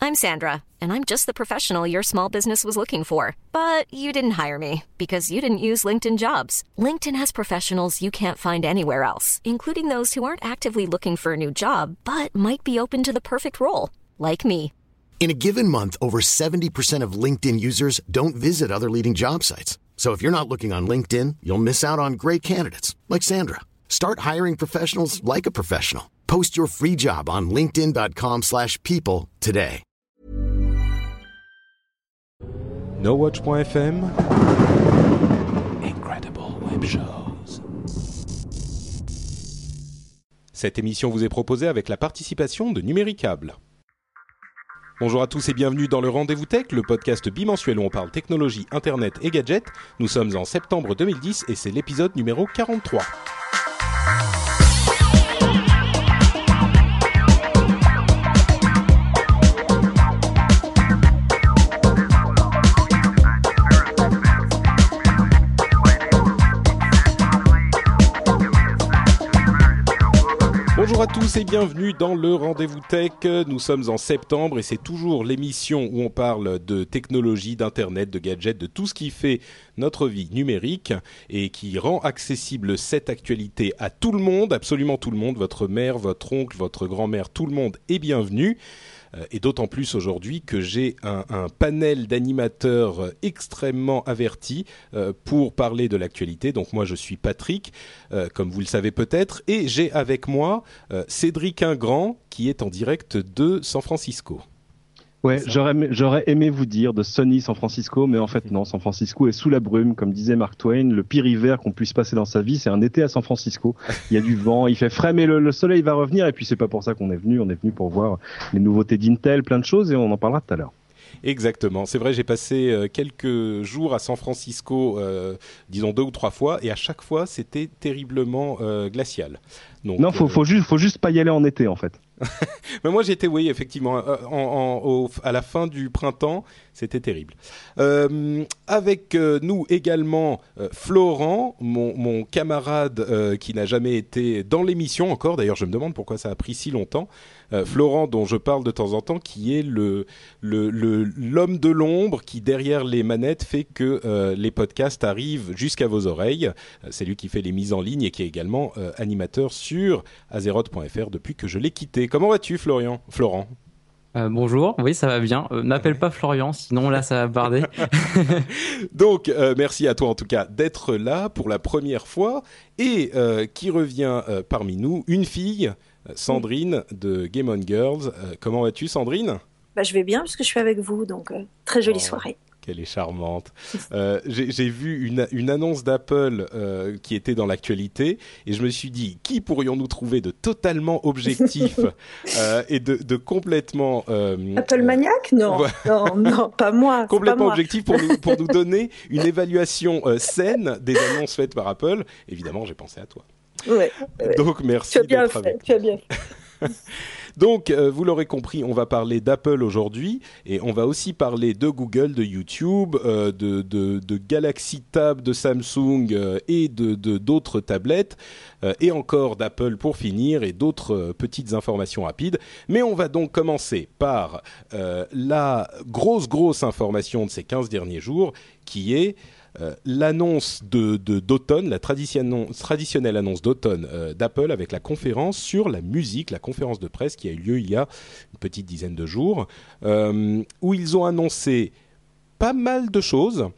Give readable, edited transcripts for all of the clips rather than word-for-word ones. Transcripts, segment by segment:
I'm Sandra, and I'm just the professional your small business was looking for. But you didn't hire me because you didn't use LinkedIn Jobs. LinkedIn has professionals you can't find anywhere else, including those who aren't actively looking for a new job, but might be open to the perfect role, like me. In a given month, over 70% of LinkedIn users don't visit other leading job sites. So if you're not looking on LinkedIn, you'll miss out on great candidates like Sandra. Start hiring professionals like a professional. Post your free job on linkedin.com/people today. NoWatch.fm Incredible Web Shows. Cette émission vous est proposée avec la participation de Numéricable. Bonjour à tous et bienvenue dans le Rendez-vous Tech, le podcast bimensuel où on parle technologie, internet et gadgets. Nous sommes en septembre 2010 et c'est l'épisode numéro 43. Bonjour à tous et bienvenue dans le Rendez-vous Tech. Nous sommes en septembre et c'est toujours l'émission où on parle de technologie, d'internet, de gadgets, de tout ce qui fait notre vie numérique et qui rend accessible cette actualité à tout le monde, absolument tout le monde, votre mère, votre oncle, votre grand-mère, tout le monde est bienvenu. Et d'autant plus aujourd'hui que j'ai un panel d'animateurs extrêmement avertis pour parler de l'actualité. Donc moi je suis Patrick, comme vous le savez peut-être, et j'ai avec moi Cédric Ingrand qui est en direct de San Francisco. Ouais, j'aurais aimé vous dire de sunny San Francisco, mais en fait non, San Francisco est sous la brume, comme disait Mark Twain. Le pire hiver qu'on puisse passer dans sa vie, c'est un été à San Francisco. Il y a du vent, il fait frais, mais le soleil va revenir. Et puis c'est pas pour ça qu'on est venu. On est venu pour voir les nouveautés d'Intel, plein de choses, et on en parlera tout à l'heure. Exactement, c'est vrai, j'ai passé quelques jours à San Francisco, disons 2 ou 3 fois, et à chaque fois c'était terriblement glacial. Donc, non, faut juste pas y aller en été en fait. Mais moi j'étais, oui, effectivement, à la fin du printemps, c'était terrible. Avec nous également Florent, mon camarade qui n'a jamais été dans l'émission encore. D'ailleurs, je me demande pourquoi ça a pris si longtemps. Florent, dont je parle de temps en temps, qui est l'homme de l'ombre qui, derrière les manettes, fait que les podcasts arrivent jusqu'à vos oreilles. C'est lui qui fait les mises en ligne et qui est également animateur sur Azeroth.fr depuis que je l'ai quitté. Comment vas-tu, Florent ? Bonjour, oui, ça va bien. M'appelle pas Florian, sinon là ça va barder. Donc, merci à toi en tout cas d'être là pour la première fois et qui revient parmi nous, une fille, Sandrine de Game On Girls. Comment vas-tu, Sandrine ? Je vais bien puisque je suis avec vous, donc très jolie soirée. Qu'elle est charmante. J'ai vu une annonce d'Apple qui était dans l'actualité et je me suis dit, qui pourrions-nous trouver de totalement objectif et de complètement... Apple maniaque ? Non, non, pas moi. Complètement objectif pour nous donner une évaluation saine des annonces faites par Apple. Évidemment, j'ai pensé à toi. Ouais. Donc, merci d'être avec nous. Tu as bien fait. Donc, vous l'aurez compris, on va parler d'Apple aujourd'hui et on va aussi parler de Google, de YouTube, de Galaxy Tab, de Samsung et d'autres tablettes et encore d'Apple pour finir et d'autres petites informations rapides. Mais on va donc commencer par la grosse information de ces 15 derniers jours qui est... l'annonce d'automne, la traditionnelle annonce d'automne d'Apple avec la conférence sur la musique, la conférence de presse qui a eu lieu il y a une petite dizaine de jours, où ils ont annoncé pas mal de choses.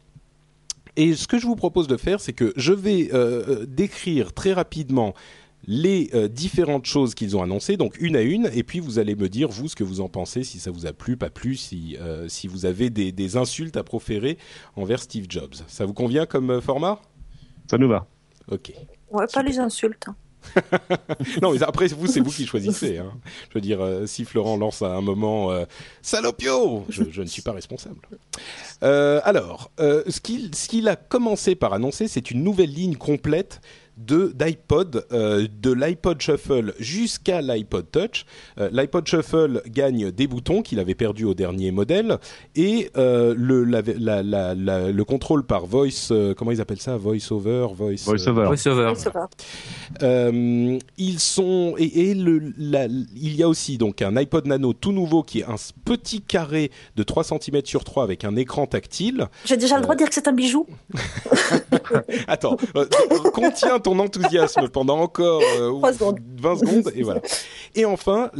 Et ce que je vous propose de faire, c'est que je vais décrire très rapidement les différentes choses qu'ils ont annoncées, donc une à une, et puis vous allez me dire, vous, ce que vous en pensez, si ça vous a plu, pas plu, si vous avez des insultes à proférer envers Steve Jobs. Ça vous convient comme format ? Ça nous va. Ok. Ouais, pas les insultes. Non, mais après, c'est vous qui choisissez. Hein. Je veux dire, si Florent lance à un moment « Salopio !» je ne suis pas responsable. Ce qu'il a commencé par annoncer, c'est une nouvelle ligne complète d'iPod, de l'iPod Shuffle jusqu'à l'iPod Touch. L'iPod Shuffle gagne des boutons qu'il avait perdus au dernier modèle et le contrôle par voice, comment ils appellent ça, voice-over. Il y a aussi donc un iPod Nano tout nouveau qui est un petit carré de 3 cm sur 3 avec un écran tactile. J'ai déjà le droit de dire que c'est un bijou. Attends, contiens ton enthousiasme pendant encore 20 secondes et voilà. Et enfin,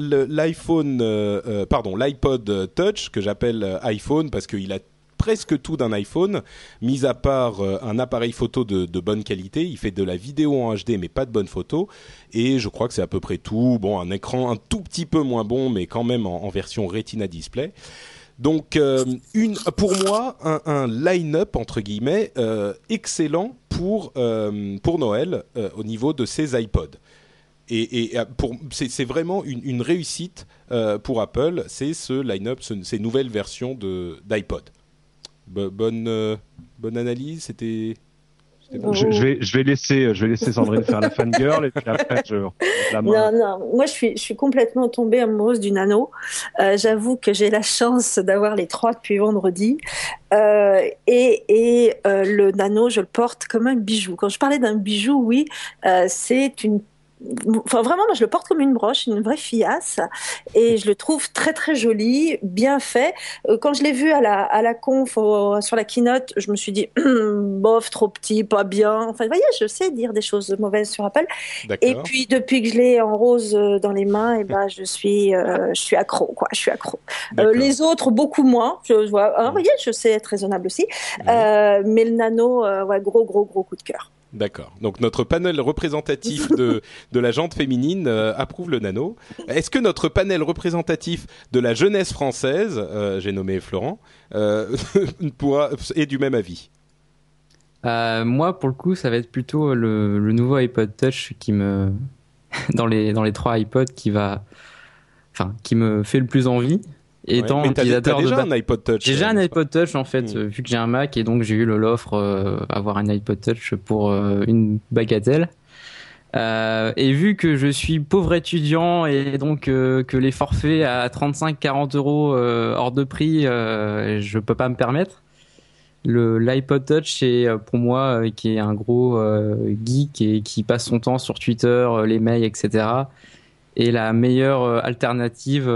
l'iPod Touch que j'appelle iPhone parce qu'il a presque tout d'un iPhone, mis à part un appareil photo de bonne qualité. Il fait de la vidéo en HD mais pas de bonne photo et je crois que c'est à peu près tout. Bon, un écran un tout petit peu moins bon mais quand même en version Retina Display. Donc, pour moi, un line-up entre guillemets excellent pour Noël au niveau de ces iPods. C'est vraiment une réussite pour Apple. C'est ce line-up, ces nouvelles versions d'iPod. Bonne analyse. C'était bon. Je vais laisser Sandrine faire la fangirl et puis après la main. Non, moi je suis complètement tombée amoureuse du Nano. J'avoue que j'ai la chance d'avoir les 3 depuis vendredi et le Nano je le porte comme un bijou. Quand je parlais d'un bijou, oui, c'est une. Enfin, vraiment, moi, je le porte comme une broche, une vraie fiasse, et je le trouve très très joli, bien fait. Quand je l'ai vu à la conf sur la keynote, je me suis dit bof, trop petit, pas bien. Enfin, vous voyez, je sais dire des choses mauvaises sur Apple. D'accord. Et puis depuis que je l'ai en rose dans les mains, et ben je suis accro, quoi. Je suis accro. Les autres beaucoup moins. Je vois. Vous voyez, je sais être raisonnable aussi. Mais le Nano, gros coup de cœur. D'accord. Donc notre panel représentatif de la jante féminine approuve le Nano. Est-ce que notre panel représentatif de la jeunesse française, j'ai nommé Florent, est du même avis? Moi, pour le coup, ça va être plutôt le nouveau iPod Touch qui me dans les 3 iPods qui me fait le plus envie. Étant utilisateur déjà un iPod Touch. J'ai déjà un iPod Touch en fait, vu que j'ai un Mac et donc j'ai eu l'offre avoir un iPod Touch pour une bagatelle. Et vu que je suis pauvre étudiant et donc que les forfaits à 35-40 euros hors de prix, je peux pas me permettre. L'iPod Touch, c'est pour moi qui est un gros geek et qui passe son temps sur Twitter, les mails, etc. est la meilleure alternative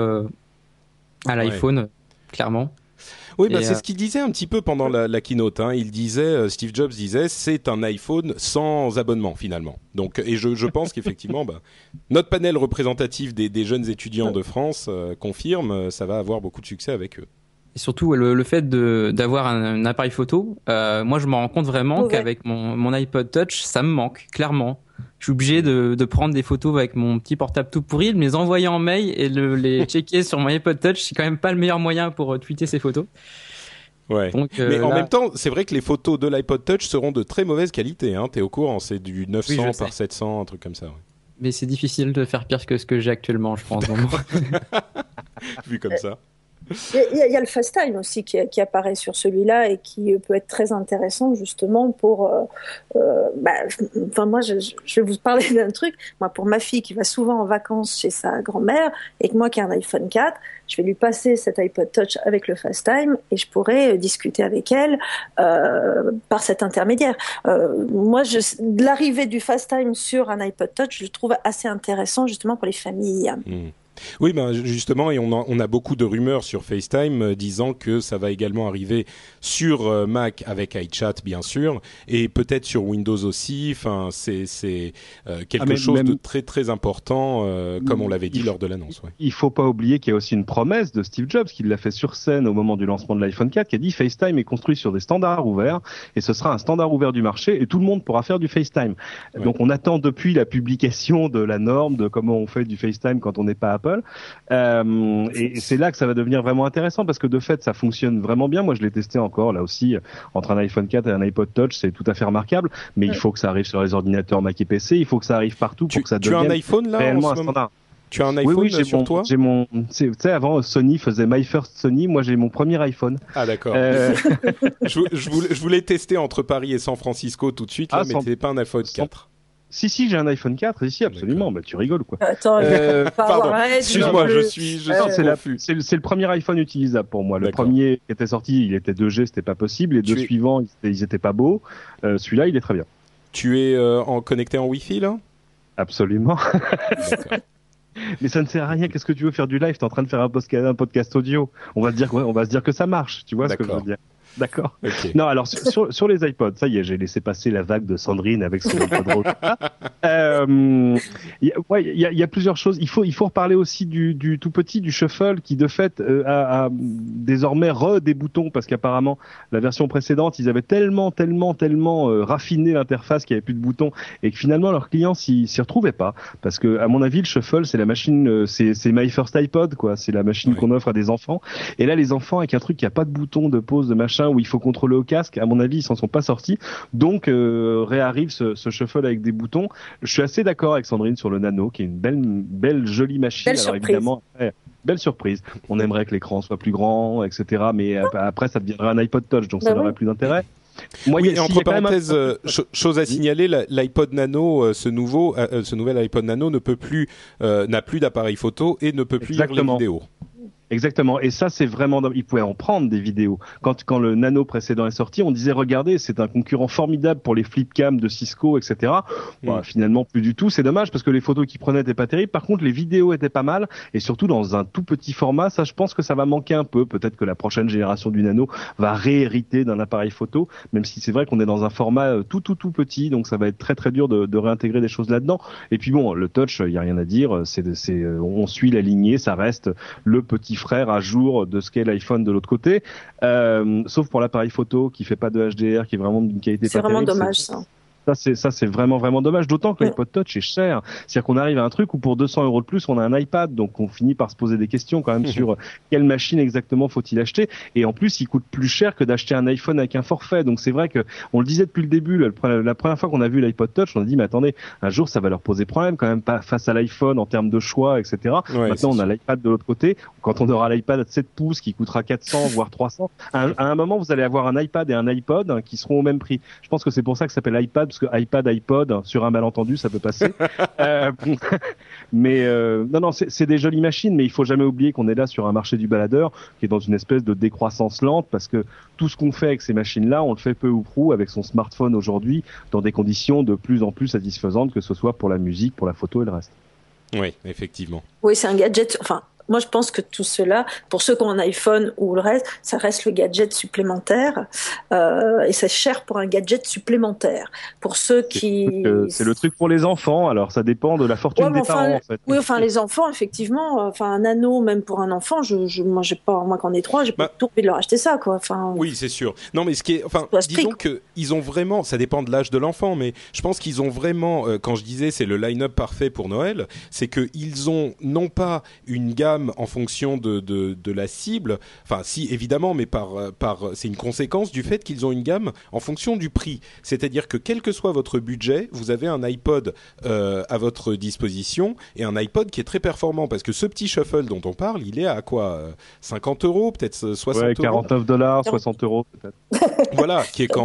à l'iPhone, clairement. Oui, c'est ce qu'il disait un petit peu pendant la keynote. Il disait, Steve Jobs disait, c'est un iPhone sans abonnement finalement. Donc, et je pense qu'effectivement, notre panel représentatif des jeunes étudiants de France confirme, ça va avoir beaucoup de succès avec eux. Et surtout, le fait d'avoir un appareil photo, moi je me rends compte vraiment qu'avec mon iPod Touch, ça me manque, clairement. Je suis obligé de prendre des photos avec mon petit portable tout pourri, de me les envoyer en mail et les checker sur mon iPod Touch. C'est quand même pas le meilleur moyen pour tweeter ces photos. Ouais. Donc, mais en même temps, c'est vrai que les photos de l'iPod Touch seront de très mauvaise qualité. T'es au courant, c'est du 900 par 700, un truc comme ça. Ouais. Mais c'est difficile de faire pire que ce que j'ai actuellement, je pense. Vu comme ça. Il y a le FaceTime aussi qui apparaît sur celui-là et qui peut être très intéressant justement pour. Moi, je vais vous parler d'un truc. Moi, pour ma fille qui va souvent en vacances chez sa grand-mère et que moi qui ai un iPhone 4, je vais lui passer cet iPod Touch avec le FaceTime et je pourrai discuter avec elle par cet intermédiaire. Moi, l'arrivée du FaceTime sur un iPod Touch, je le trouve assez intéressant justement pour les familles. Oui, justement, et on a beaucoup de rumeurs sur FaceTime disant que ça va également arriver sur Mac avec iChat, bien sûr, et peut-être sur Windows aussi. Enfin, c'est quelque chose de très très important, comme on l'avait dit lors de l'annonce. Ouais. Il faut pas oublier qu'il y a aussi une promesse de Steve Jobs, qui l'a fait sur scène au moment du lancement de l'iPhone 4, qui a dit FaceTime est construit sur des standards ouverts, et ce sera un standard ouvert du marché, et tout le monde pourra faire du FaceTime. Ouais. Donc on attend depuis la publication de la norme de comment on fait du FaceTime quand on n'est pas Apple. Et c'est là que ça va devenir vraiment intéressant parce que de fait ça fonctionne vraiment bien. Moi je l'ai testé encore là aussi entre un iPhone 4 et un iPod Touch, c'est tout à fait remarquable, mais il faut que ça arrive sur les ordinateurs Mac et PC, il faut que ça arrive partout pour que ça devienne tu as un iPhone là réellement en un standard. Tu as un iPhone sur toi ? Tu sais, avant Sony faisait My First Sony. Moi, j'ai mon premier iPhone. Ah d'accord. Je voulais tester entre Paris et San Francisco tout de suite, là, mais t'avais pas un iPhone 4. Si, j'ai un iPhone 4. Si, absolument. Bah, tu rigoles, quoi. Attends, pardon. Excuse-moi, je suis confus. C'est le premier iPhone utilisable pour moi. Le premier qui était sorti, il était 2G, c'était pas possible. Les deux suivants, ils étaient pas beaux. Celui-là, il est très bien. Tu es connecté en Wi-Fi, là ? Absolument. Mais ça ne sert à rien. Qu'est-ce que tu veux faire du live ? T'es en train de faire un podcast audio. On va se dire que ça marche. Tu vois ce que je veux dire ? D'accord. Okay. Non, alors sur les iPods, ça y est, j'ai laissé passer la vague de Sandrine avec son iPod. Il y a plusieurs choses. Il faut reparler aussi du tout petit, du shuffle, qui de fait a désormais des boutons, parce qu'apparemment la version précédente, ils avaient tellement raffiné l'interface qu'il n'y avait plus de boutons, et que finalement leurs clients s'y retrouvaient pas, parce que à mon avis le shuffle c'est la machine, c'est My First iPod, quoi. C'est la machine qu'on offre à des enfants. Et là les enfants avec un truc qui a pas de bouton de pause, de machin, où il faut contrôler au casque, à mon avis ils s'en sont pas sortis, donc réarrive ce shuffle avec des boutons. Je suis assez d'accord avec Sandrine sur le Nano, qui est une belle jolie machine. Belle surprise. Évidemment, belle surprise. On aimerait que l'écran soit plus grand, etc. Mais après ça deviendra un iPod Touch, donc ça n'aurait plus d'intérêt. Moi, oui, et entre parenthèses, chose à signaler, l'iPod Nano, ce nouvel iPod Nano n'a plus d'appareil photo et ne peut plus lire les vidéos. Exactement. Et ça, c'est vraiment, il pouvait en prendre des vidéos. Quand le Nano précédent est sorti, on disait, regardez, c'est un concurrent formidable pour les flipcams de Cisco, etc. Bon, finalement, plus du tout. C'est dommage parce que les photos qu'il prenait étaient pas terribles. Par contre, les vidéos étaient pas mal. Et surtout dans un tout petit format. Ça, je pense que ça va manquer un peu. Peut-être que la prochaine génération du Nano va réhériter d'un appareil photo. Même si c'est vrai qu'on est dans un format tout petit. Donc ça va être très, très dur de réintégrer des choses là-dedans. Et puis bon, le touch, il y a rien à dire. On suit la lignée. Ça reste le petit frère à jour de ce qu'est l'iPhone de l'autre côté, sauf pour l'appareil photo qui fait pas de HDR, qui est vraiment d'une qualité pas terrible. C'est vraiment dommage ça. Ça c'est vraiment dommage, d'autant que l'iPod Touch est cher. C'est-à-dire qu'on arrive à un truc où pour 200 € de plus, on a un iPad, donc on finit par se poser des questions quand même sur quelle machine exactement faut-il acheter. Et en plus, il coûte plus cher que d'acheter un iPhone avec un forfait. Donc c'est vrai que on le disait depuis le début, la première fois qu'on a vu l'iPod Touch, on a dit mais attendez, un jour ça va leur poser problème quand même, pas face à l'iPhone en termes de choix, etc. Ouais, maintenant on a l'iPad de l'autre côté. Quand on aura l'iPad de 7 pouces qui coûtera 400 voire 300, à un moment vous allez avoir un iPad et un iPod qui seront au même prix. Je pense que c'est pour ça que ça s'appelle iPad, parce que iPod, sur un malentendu, ça peut passer. Mais non, c'est des jolies machines, mais il faut jamais oublier qu'on est là sur un marché du baladeur qui est dans une espèce de décroissance lente, parce que tout ce qu'on fait avec ces machines-là, on le fait peu ou prou avec son smartphone aujourd'hui, dans des conditions de plus en plus satisfaisantes, que ce soit pour la musique, pour la photo et le reste. Oui, effectivement. Oui, c'est un gadget. Enfin, moi, je pense que tout cela, pour ceux qui ont un iPhone ou le reste, ça reste le gadget supplémentaire, et c'est cher pour un gadget supplémentaire. Pour ceux qui... C'est le truc pour les enfants, alors ça dépend de la fortune des parents, en fait. Oui, enfin, les enfants, effectivement, un Nano, même pour un enfant, moi, j'ai pas, moi qu'en ai 3, j'ai pas tout envie de leur acheter ça, quoi. Enfin, oui, c'est sûr. Non, mais disons que ils ont vraiment, ça dépend de l'âge de l'enfant, mais je pense qu'ils ont vraiment, quand je disais c'est le line-up parfait pour Noël, c'est que ils ont non pas une gamme en fonction de la cible, enfin si évidemment, mais c'est une conséquence du fait qu'ils ont une gamme en fonction du prix. C'est-à-dire que quel que soit votre budget, vous avez un iPod à votre disposition, et un iPod qui est très performant, parce que ce petit shuffle dont on parle, il est à quoi, 50 €, peut-être 60 €. Ouais, $49, 60 € peut-être. Voilà, qui est quand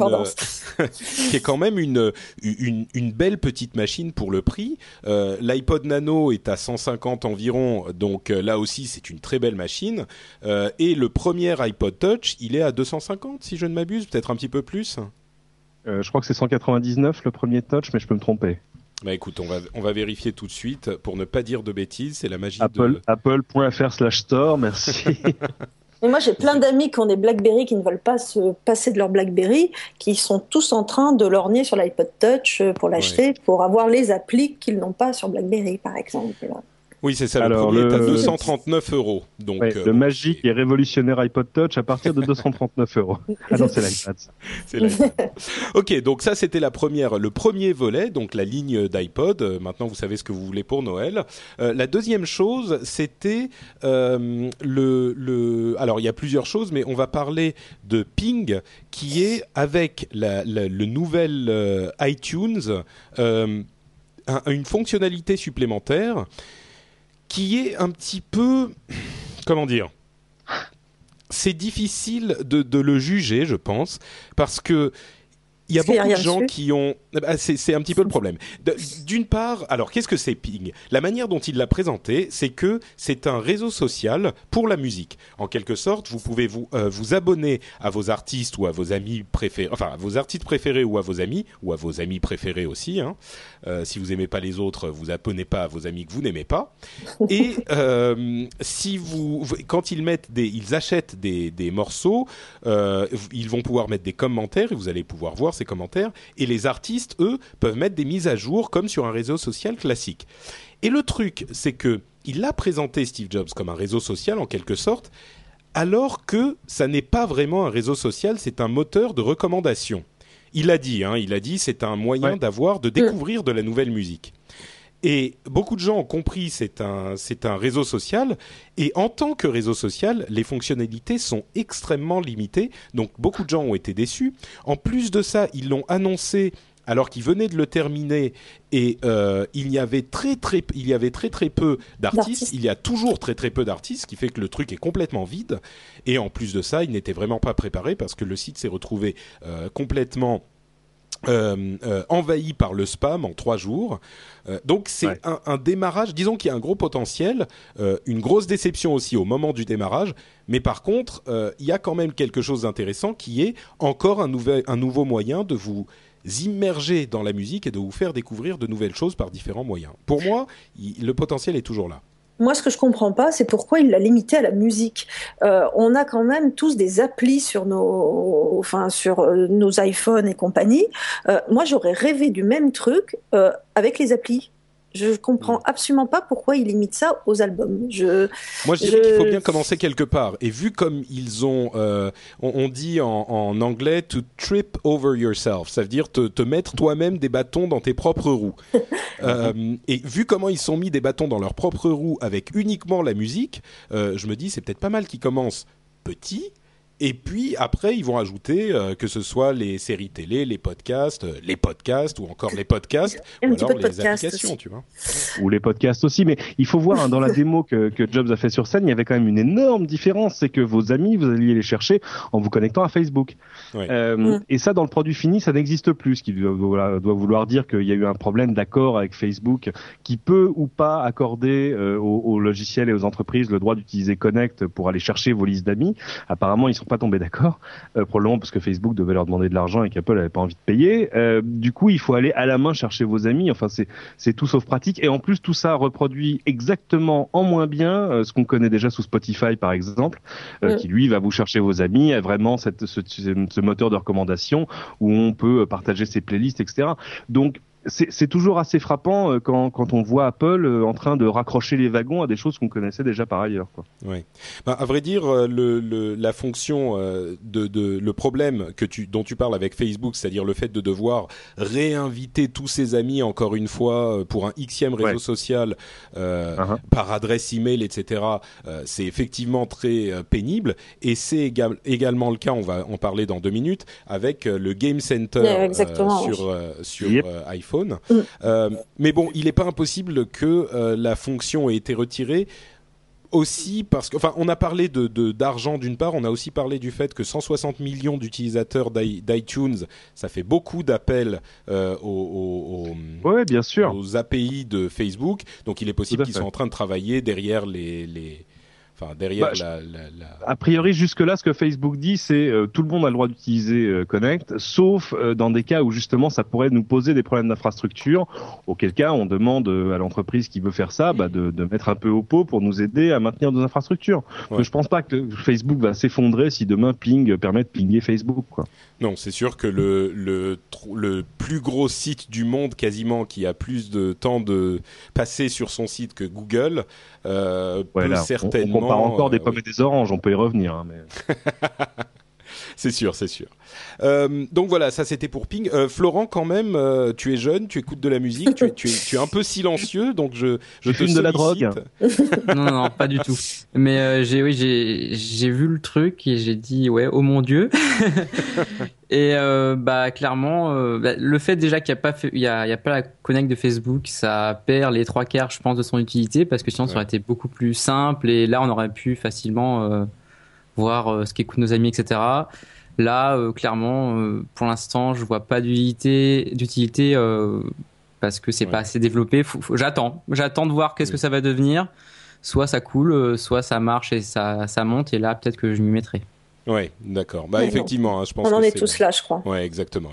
même une belle petite machine pour le prix. L'iPod Nano est à 150 environ, donc là aussi c'est une très belle machine. Et le premier iPod Touch, il est à 250 si je ne m'abuse, peut-être un petit peu plus. Je crois que c'est 199 le premier Touch, mais je peux me tromper. Bah écoute, on va vérifier tout de suite pour ne pas dire de bêtises. C'est la magie Apple.fr/store, merci. Et moi, j'ai plein d'amis qui ont des BlackBerry qui ne veulent pas se passer de leur BlackBerry, qui sont tous en train de lorgner sur l'iPod Touch pour l'acheter, pour avoir les applis qu'ils n'ont pas sur BlackBerry, par exemple. Oui, c'est ça. Alors, le premier est à 239 €. Donc, le magique et révolutionnaire iPod Touch à partir de 239 €. Ah non, c'est l'iPad. C'est l'iPad. Ok, donc ça, c'était le premier volet, donc la ligne d'iPod. Maintenant, vous savez ce que vous voulez pour Noël. La deuxième chose, c'était alors, il y a plusieurs choses, mais on va parler de Ping, qui est avec le nouvel iTunes, une fonctionnalité supplémentaire qui est un petit peu, comment dire, c'est difficile de le juger, je pense, parce que il y a beaucoup de gens qui ont... C'est un petit peu le problème. D'une part, alors qu'est-ce que c'est Ping ? La manière dont il l'a présenté, c'est que c'est un réseau social pour la musique. En quelque sorte, vous pouvez vous abonner à vos artistes ou à vos amis préférés, enfin à vos artistes préférés ou à vos amis préférés aussi. Hein. Si vous aimez pas les autres, vous abonnez pas à vos amis que vous n'aimez pas. Et quand ils achètent des morceaux, ils vont pouvoir mettre des commentaires et vous allez pouvoir voir ces commentaires. Et les artistes, eux, peuvent mettre des mises à jour comme sur un réseau social classique. Et le truc, c'est que il a présenté Steve Jobs comme un réseau social en quelque sorte, alors que ça n'est pas vraiment un réseau social, c'est un moteur de recommandation. Il a dit, c'est un moyen de découvrir de la nouvelle musique. Et beaucoup de gens ont compris c'est un réseau social, et en tant que réseau social, les fonctionnalités sont extrêmement limitées, donc beaucoup de gens ont été déçus. En plus de ça, ils l'ont annoncé alors qu'ils venaient de le terminer, et il y avait très peu d'artistes. Il y a toujours très peu d'artistes, ce qui fait que le truc est complètement vide. Et en plus de ça, ils n'étaient vraiment pas préparés parce que le site s'est retrouvé complètement envahi par le spam en 3 jours. Donc c'est un démarrage, disons qu'il y a un gros potentiel, une grosse déception aussi au moment du démarrage, mais par contre il y a quand même quelque chose d'intéressant qui est encore un nouveau moyen de vous immerger dans la musique et de vous faire découvrir de nouvelles choses par différents moyens. Pour moi, le potentiel est toujours là. Moi, ce que je comprends pas, c'est pourquoi il l'a limité à la musique. On a quand même tous des applis sur nos iPhones et compagnie. Moi, j'aurais rêvé du même truc avec les applis. Je comprends absolument pas pourquoi ils limitent ça aux albums. Moi, je dirais qu'il faut bien commencer quelque part. Et vu comme ils ont, on dit en anglais to trip over yourself, ça veut dire te mettre toi-même des bâtons dans tes propres roues. Et vu comment ils sont mis des bâtons dans leurs propres roues avec uniquement la musique, je me dis c'est peut-être pas mal qu'ils commencent petit. Et puis après, ils vont ajouter que ce soit les séries télé, les podcasts ou encore les podcasts, ou alors les applications, aussi. Tu vois. Ou les podcasts aussi. Mais il faut voir dans la démo que Jobs a fait sur scène, il y avait quand même une énorme différence, c'est que vos amis, vous alliez les chercher en vous connectant à Facebook. Ouais. Et ça, dans le produit fini, ça n'existe plus, ce qui doit vouloir dire qu'il y a eu un problème d'accord avec Facebook, qui peut ou pas accorder aux logiciels et aux entreprises le droit d'utiliser Connect pour aller chercher vos listes d'amis. Apparemment, ils sont pas tombés d'accord, probablement parce que Facebook devait leur demander de l'argent et qu'Apple avait pas envie de payer. Du coup, il faut aller à la main chercher vos amis. Enfin, c'est tout sauf pratique. Et en plus, tout ça reproduit exactement en moins bien ce qu'on connaît déjà sous Spotify, par exemple, qui lui va vous chercher vos amis, a vraiment ce moteur de recommandation où on peut partager ses playlists, etc. Donc c'est toujours assez frappant quand on voit Apple en train de raccrocher les wagons à des choses qu'on connaissait déjà par ailleurs, quoi. Oui. À vrai dire, la fonction le problème dont tu parles avec Facebook, c'est-à-dire le fait de devoir réinviter tous ses amis encore une fois pour un xème réseau social par adresse email, etc. C'est effectivement très pénible, et c'est également le cas. On va en parler dans 2 minutes avec le Game Center sur iPhone. Mais bon, il n'est pas impossible que la fonction ait été retirée aussi parce que, enfin, on a parlé d'argent d'une part, on a aussi parlé du fait que 160 millions d'utilisateurs d'iTunes, ça fait beaucoup d'appels aux API de Facebook, donc il est possible qu'ils soient en train de travailler derrière A priori, jusque-là, ce que Facebook dit, c'est tout le monde a le droit d'utiliser Connect, sauf dans des cas où justement ça pourrait nous poser des problèmes d'infrastructure, auquel cas on demande à l'entreprise qui veut faire ça de mettre un peu au pot pour nous aider à maintenir nos infrastructures. Ouais. Je pense pas que Facebook va s'effondrer si demain Ping permet de pinguer Facebook, quoi. Non, c'est sûr que le plus gros site du monde quasiment, qui a plus de temps de passer sur son site que Google, peut certainement... On compare encore des pommes et des oranges, on peut y revenir. Hein, mais... C'est sûr. Donc voilà, ça c'était pour Ping. Florent, quand même, tu es jeune, tu écoutes de la musique, tu es un peu silencieux, donc je te sollicite. De la drogue. Non, pas du tout. Mais j'ai vu le truc et j'ai dit ouais, oh mon Dieu. Et clairement, le fait déjà qu'il y a pas la connect de Facebook, ça perd les 3/4, je pense, de son utilité, parce que sinon ça aurait été beaucoup plus simple et là on aurait pu facilement voir ce qu'écoutent nos amis, etc. Là, clairement, pour l'instant, je vois pas d'utilité parce que c'est pas assez développé. J'attends de voir qu'est-ce que ça va devenir. Soit ça coule, soit ça marche et ça monte, et là peut-être que je m'y mettrai. Ouais, d'accord. Effectivement, hein, je pense on en que est tous là, je crois. Ouais, exactement.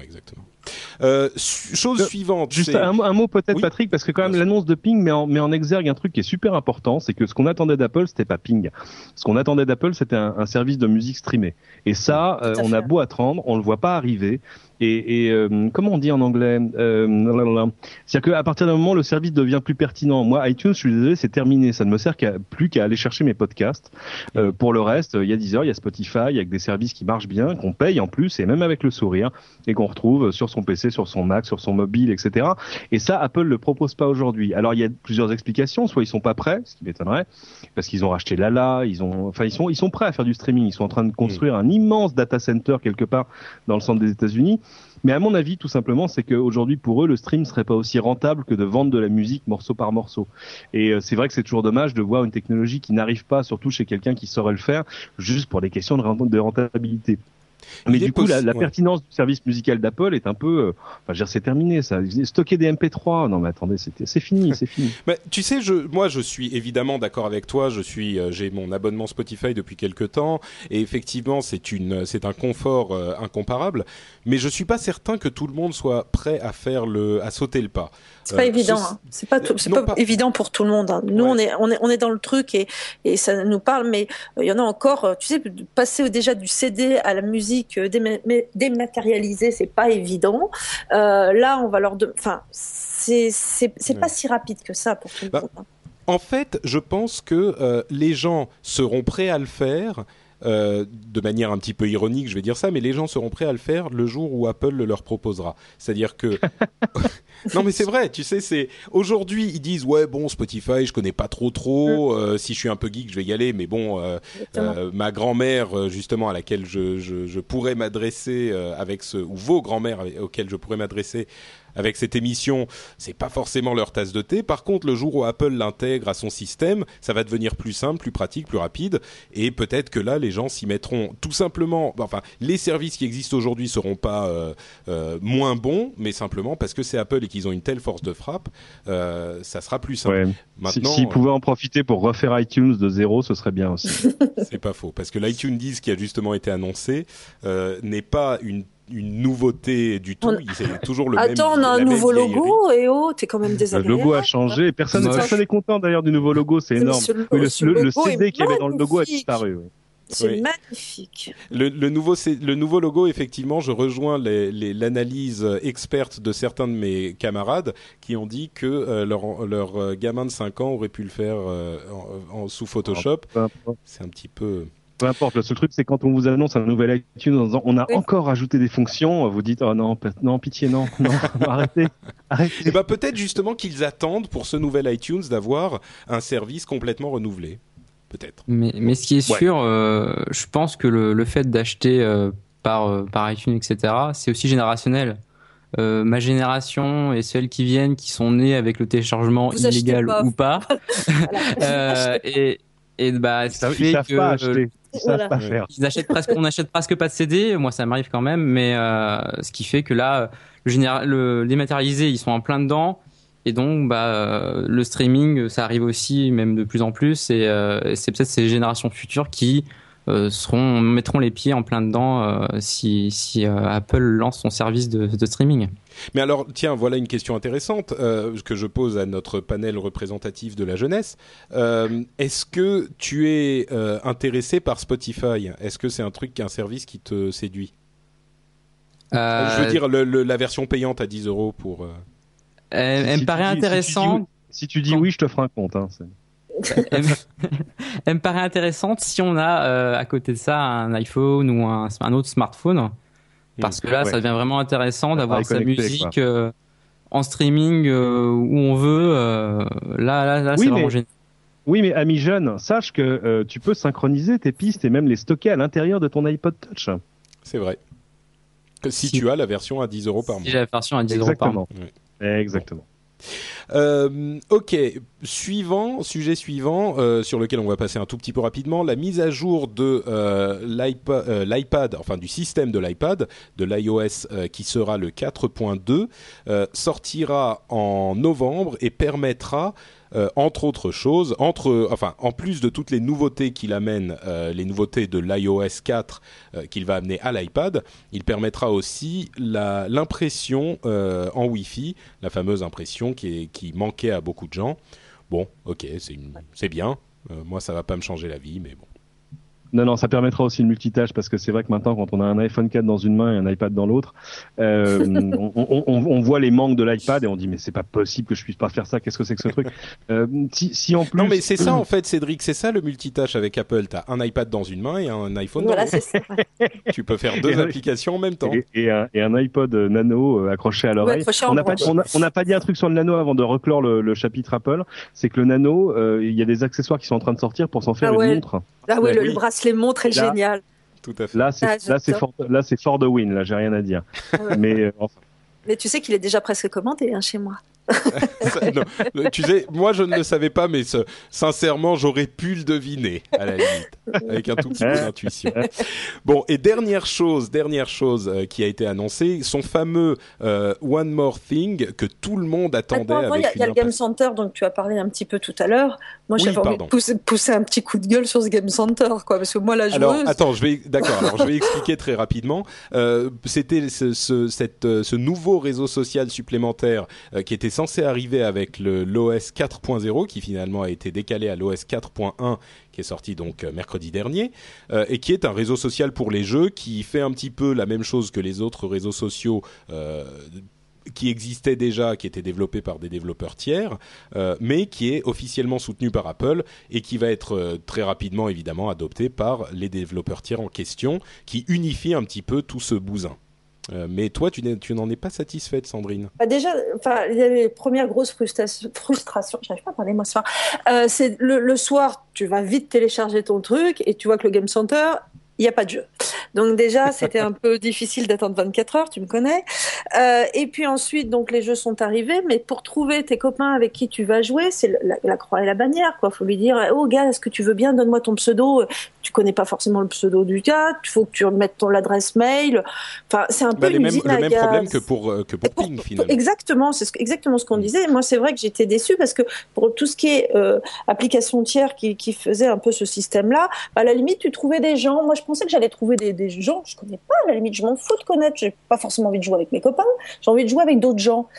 Chose suivante. Juste un mot peut-être, oui, Patrick, parce que quand même l'annonce de Ping met en exergue un truc qui est super important, c'est que ce qu'on attendait d'Apple, c'était pas Ping. Ce qu'on attendait d'Apple, c'était un service de musique streamée. Et ça, on a beau attendre, on le voit pas arriver. Et comment on dit en anglais, c'est-à-dire qu'à partir d'un moment, le service devient plus pertinent. Moi, iTunes, je suis désolé, c'est terminé. Ça ne me sert plus qu'à aller chercher mes podcasts. Pour le reste, il y a Deezer, il y a Spotify, il y a des services qui marchent bien, qu'on paye en plus, et même avec le sourire, et qu'on retrouve sur son PC, sur son Mac, sur son mobile, etc. Et ça, Apple le propose pas aujourd'hui. Alors, il y a plusieurs explications. Soit ils sont pas prêts, ce qui m'étonnerait, parce qu'ils ont racheté Lala, ils sont prêts à faire du streaming. Ils sont en train de construire un immense data center quelque part dans le centre des États-Unis. Mais à mon avis, tout simplement, c'est qu'aujourd'hui, pour eux, le stream serait pas aussi rentable que de vendre de la musique morceau par morceau. Et c'est vrai que c'est toujours dommage de voir une technologie qui n'arrive pas, surtout chez quelqu'un qui saurait le faire, juste pour des questions de rentabilité. Mais du coup, la pertinence du service musical d'Apple est un peu, c'est terminé, ça. Stocker des MP3, non mais attendez, c'est fini. Mais tu sais, moi, je suis évidemment d'accord avec toi. J'ai mon abonnement Spotify depuis quelque temps, et effectivement, c'est un confort incomparable. Mais je suis pas certain que tout le monde soit prêt à sauter le pas. C'est pas évident. C'est pas évident pour tout le monde. Hein. Nous, on est dans le truc et ça nous parle, mais il y en a encore. Tu sais, passer déjà du CD à la musique dématérialisée, c'est pas évident. Là, on va c'est pas si rapide que ça pour tout le monde. En fait, je pense que les gens seront prêts à le faire. De manière un petit peu ironique, je vais dire ça, mais les gens seront prêts à le faire le jour où Apple le leur proposera. C'est-à-dire que non, mais c'est vrai. Tu sais, aujourd'hui ils disent Spotify, je connais pas trop. Si je suis un peu geek, je vais y aller. Mais bon, ma grand-mère justement à laquelle je pourrais m'adresser ou vos grand-mères auxquelles je pourrais m'adresser avec cette émission, c'est pas forcément leur tasse de thé. Par contre, le jour où Apple l'intègre à son système, ça va devenir plus simple, plus pratique, plus rapide, et peut-être que là, les gens s'y mettront tout simplement. Enfin, les services qui existent aujourd'hui seront pas moins bons, mais simplement parce que c'est Apple et qu'ils ont une telle force de frappe, ça sera plus simple. Ouais. Maintenant, s'ils pouvaient en profiter pour refaire iTunes de zéro, ce serait bien aussi. C'est pas faux, parce que l'iTunes 10 qui a justement été annoncé n'est pas une nouveauté du tout. C'est toujours le même. Attends, on a un nouveau logo, t'es quand même désagréable. Le logo a changé. Personne n'est content d'ailleurs du nouveau logo, c'est énorme. Le CD qu'il y avait dans le logo a disparu. Oui. C'est magnifique. Le nouveau logo, effectivement, je rejoins l'analyse experte de certains de mes camarades qui ont dit que leur gamin de 5 ans aurait pu le faire sous Photoshop. C'est un petit peu... Peu importe, le seul truc, c'est quand on vous annonce un nouvel iTunes en disant on a encore ajouté des fonctions, vous dites oh non, pitié, non, arrêtez. Et peut-être justement qu'ils attendent pour ce nouvel iTunes d'avoir un service complètement renouvelé. Peut-être. Mais ce qui est sûr, je pense que le fait d'acheter par iTunes, etc., c'est aussi générationnel. Ma génération et celles qui viennent, qui sont nées avec le téléchargement illégal ou pas, ils savent pas acheter. Ils savent pas faire. On achète presque pas de CD. Moi, ça m'arrive quand même, mais ce qui fait que là, le dématérialisé, ils sont en plein dedans. Et donc, le streaming, ça arrive aussi, même de plus en plus. Et c'est peut-être ces générations futures qui mettront les pieds en plein dedans si Apple lance son service de streaming. Mais alors, tiens, voilà une question intéressante que je pose à notre panel représentatif de la jeunesse. Est-ce que tu es intéressé par Spotify ? Est-ce que c'est un service qui te séduit ? Je veux dire, la version payante à 10 € pour... Elle me paraît intéressante. Si tu dis oui, je te ferai un compte. Hein, elle me paraît intéressante si on a à côté de ça un iPhone ou un autre smartphone, parce que là, ça devient vraiment intéressant d'avoir sa musique en streaming où on veut. Là, c'est vraiment génial. Oui, mais ami jeune, sache que tu peux synchroniser tes pistes et même les stocker à l'intérieur de ton iPod Touch. C'est vrai. Si tu as la version à 10 € par mois. Si j'ai la version à 10 € par mois. Exactement. Ok, sujet suivant sur lequel on va passer un tout petit peu rapidement, la mise à jour de l'iPad, enfin du système de l'iPad, de l'iOS qui sera le 4.2, sortira en novembre et permettra entre autres choses, en plus de toutes les nouveautés qu'il amène, les nouveautés de l'iOS 4 qu'il va amener à l'iPad, il permettra aussi l'impression en Wi-Fi, la fameuse impression qui manquait à beaucoup de gens. Bon, ok, c'est bien. Moi, ça va pas me changer la vie, mais bon. Non, ça permettra aussi le multitâche parce que c'est vrai que maintenant, quand on a un iPhone 4 dans une main et un iPad dans l'autre, on voit les manques de l'iPad et on dit mais c'est pas possible que je puisse pas faire ça. Qu'est-ce que c'est que ce truc si en plus. Non, mais c'est ça en fait, Cédric, c'est ça le multitâche avec Apple. T'as un iPad dans une main et un iPhone dans l'autre. C'est ça. Tu peux faire deux applications en même temps. Et un iPod Nano accroché à l'oreille. On n'a pas dit un truc sur le Nano avant de reclore le chapitre Apple. C'est que le Nano, il y a des accessoires qui sont en train de sortir pour s'en faire une montre. Ah ouais, le bracelet montre est génial. Tout à fait. Là, c'est for the win. Là, j'ai rien à dire. Mais enfin. Mais tu sais qu'il est déjà presque commandé chez moi. Non, tu sais, moi je ne le savais pas, mais sincèrement, j'aurais pu le deviner à la limite, avec un tout petit peu d'intuition. Bon, et dernière chose qui a été annoncée, son fameux One More Thing que tout le monde attendait. Il y a le Game Center dont tu as parlé un petit peu tout à l'heure. Moi, j'avais envie de pousser un petit coup de gueule sur ce Game Center, quoi, parce que moi, la joueuse. Alors, attends, je vais expliquer très rapidement. C'était ce nouveau réseau social supplémentaire qui était censé arriver avec l'OS 4.0 qui finalement a été décalé à l'OS 4.1 qui est sorti donc mercredi dernier et qui est un réseau social pour les jeux qui fait un petit peu la même chose que les autres réseaux sociaux qui existaient déjà, qui étaient développés par des développeurs tiers, mais qui est officiellement soutenu par Apple et qui va être très rapidement évidemment adopté par les développeurs tiers en question, qui unifie un petit peu tout ce bousin. Mais toi, tu n'en es pas satisfaite, Sandrine? Déjà, il y a les premières grosses frustrations. J'arrive pas à parler moi ce soir. C'est le soir, tu vas vite télécharger ton truc et tu vois que le Game Center, il n'y a pas de jeu. Donc déjà, c'était un peu difficile d'attendre 24 heures, tu me connais. Et puis ensuite, donc les jeux sont arrivés, mais pour trouver tes copains avec qui tu vas jouer, c'est la croix et la bannière, quoi. Faut lui dire, oh gars, est-ce que tu veux bien, donne-moi ton pseudo. Tu connais pas forcément le pseudo du gars, il faut que tu remettes l'adresse mail. Enfin, c'est un peu une usine à gaz. Le même problème que pour Ping, finalement. Exactement, c'est exactement ce qu'on disait. Moi, c'est vrai que j'étais déçue parce que pour tout ce qui est application tiers qui faisait un peu ce système-là, à la limite, tu trouvais des gens. Moi, je pensais que j'allais trouver des gens que je connais pas. À la limite, je m'en fous de connaître. J'ai pas forcément envie de jouer avec mes copains. J'ai envie de jouer avec d'autres gens.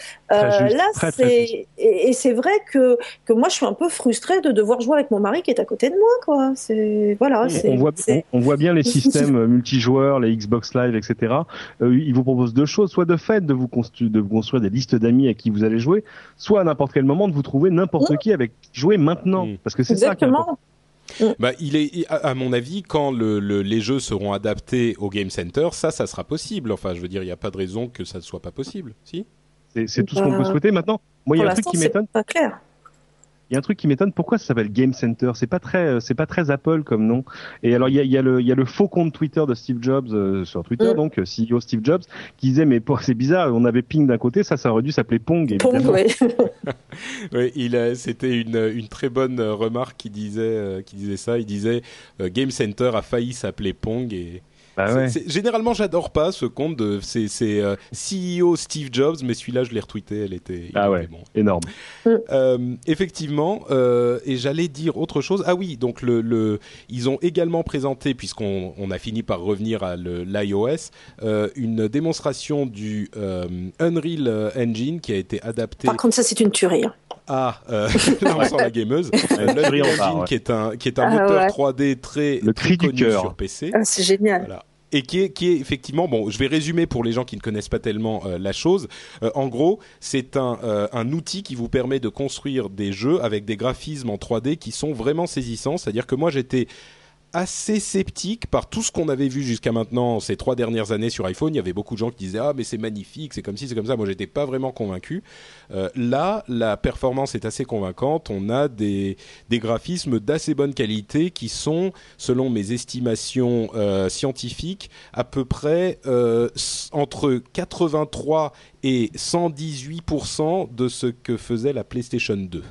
Et c'est vrai que moi, je suis un peu frustrée de devoir jouer avec mon mari qui est à côté de moi, quoi. On voit bien les systèmes multijoueurs, les Xbox Live, etc. Ils vous proposent deux choses, soit de fait de vous construire des listes d'amis à qui vous allez jouer, soit à n'importe quel moment de vous trouver n'importe qui avec qui jouer maintenant, parce que c'est ça qui est important. Bah, à mon avis, quand les jeux seront adaptés au Game Center, ça sera possible. Enfin, je veux dire, il n'y a pas de raison que ça ne soit pas possible, si? C'est tout ce qu'on peut souhaiter maintenant. Moi, il y a un truc qui m'étonne. Pas clair. Il y a un truc qui m'étonne, pourquoi ça s'appelle Game Center? C'est pas très Apple comme nom. Et alors il y a le faux compte Twitter de Steve Jobs sur Twitter, donc CEO Steve Jobs, qui disait mais c'est bizarre, on avait Ping d'un côté, ça aurait dû s'appeler Pong. Évidemment. Pong, oui. Oui, c'était une très bonne remarque qui disait ça. Il disait Game Center a failli s'appeler Pong et. Généralement, j'adore pas ce compte de c'est CEO Steve Jobs, mais celui-là, je l'ai retweeté. Il était bon. Énorme. Effectivement, et j'allais dire autre chose. Ah oui, donc ils ont également présenté, puisqu'on a fini par revenir à l'iOS, une démonstration du Unreal Engine qui a été adapté. Par contre, ça c'est une tuerie. Là, on sent la gameuse. L'Unreal Engine qui est un moteur 3D très connu sur PC. Ah, c'est génial. Voilà. et qui est effectivement, bon, je vais résumer pour les gens qui ne connaissent pas tellement la chose. En gros, c'est un outil qui vous permet de construire des jeux avec des graphismes en 3D qui sont vraiment saisissants. C'est-à-dire que moi, j'étais assez sceptique par tout ce qu'on avait vu jusqu'à maintenant ces 3 dernières années sur iPhone. Il y avait beaucoup de gens qui disaient « Ah, mais c'est magnifique, c'est comme ci, c'est comme ça ». Moi, j'étais pas vraiment convaincu. Là, la performance est assez convaincante. On a des graphismes d'assez bonne qualité qui sont, selon mes estimations scientifiques, à peu près entre 83 et 118% de ce que faisait la PlayStation 2.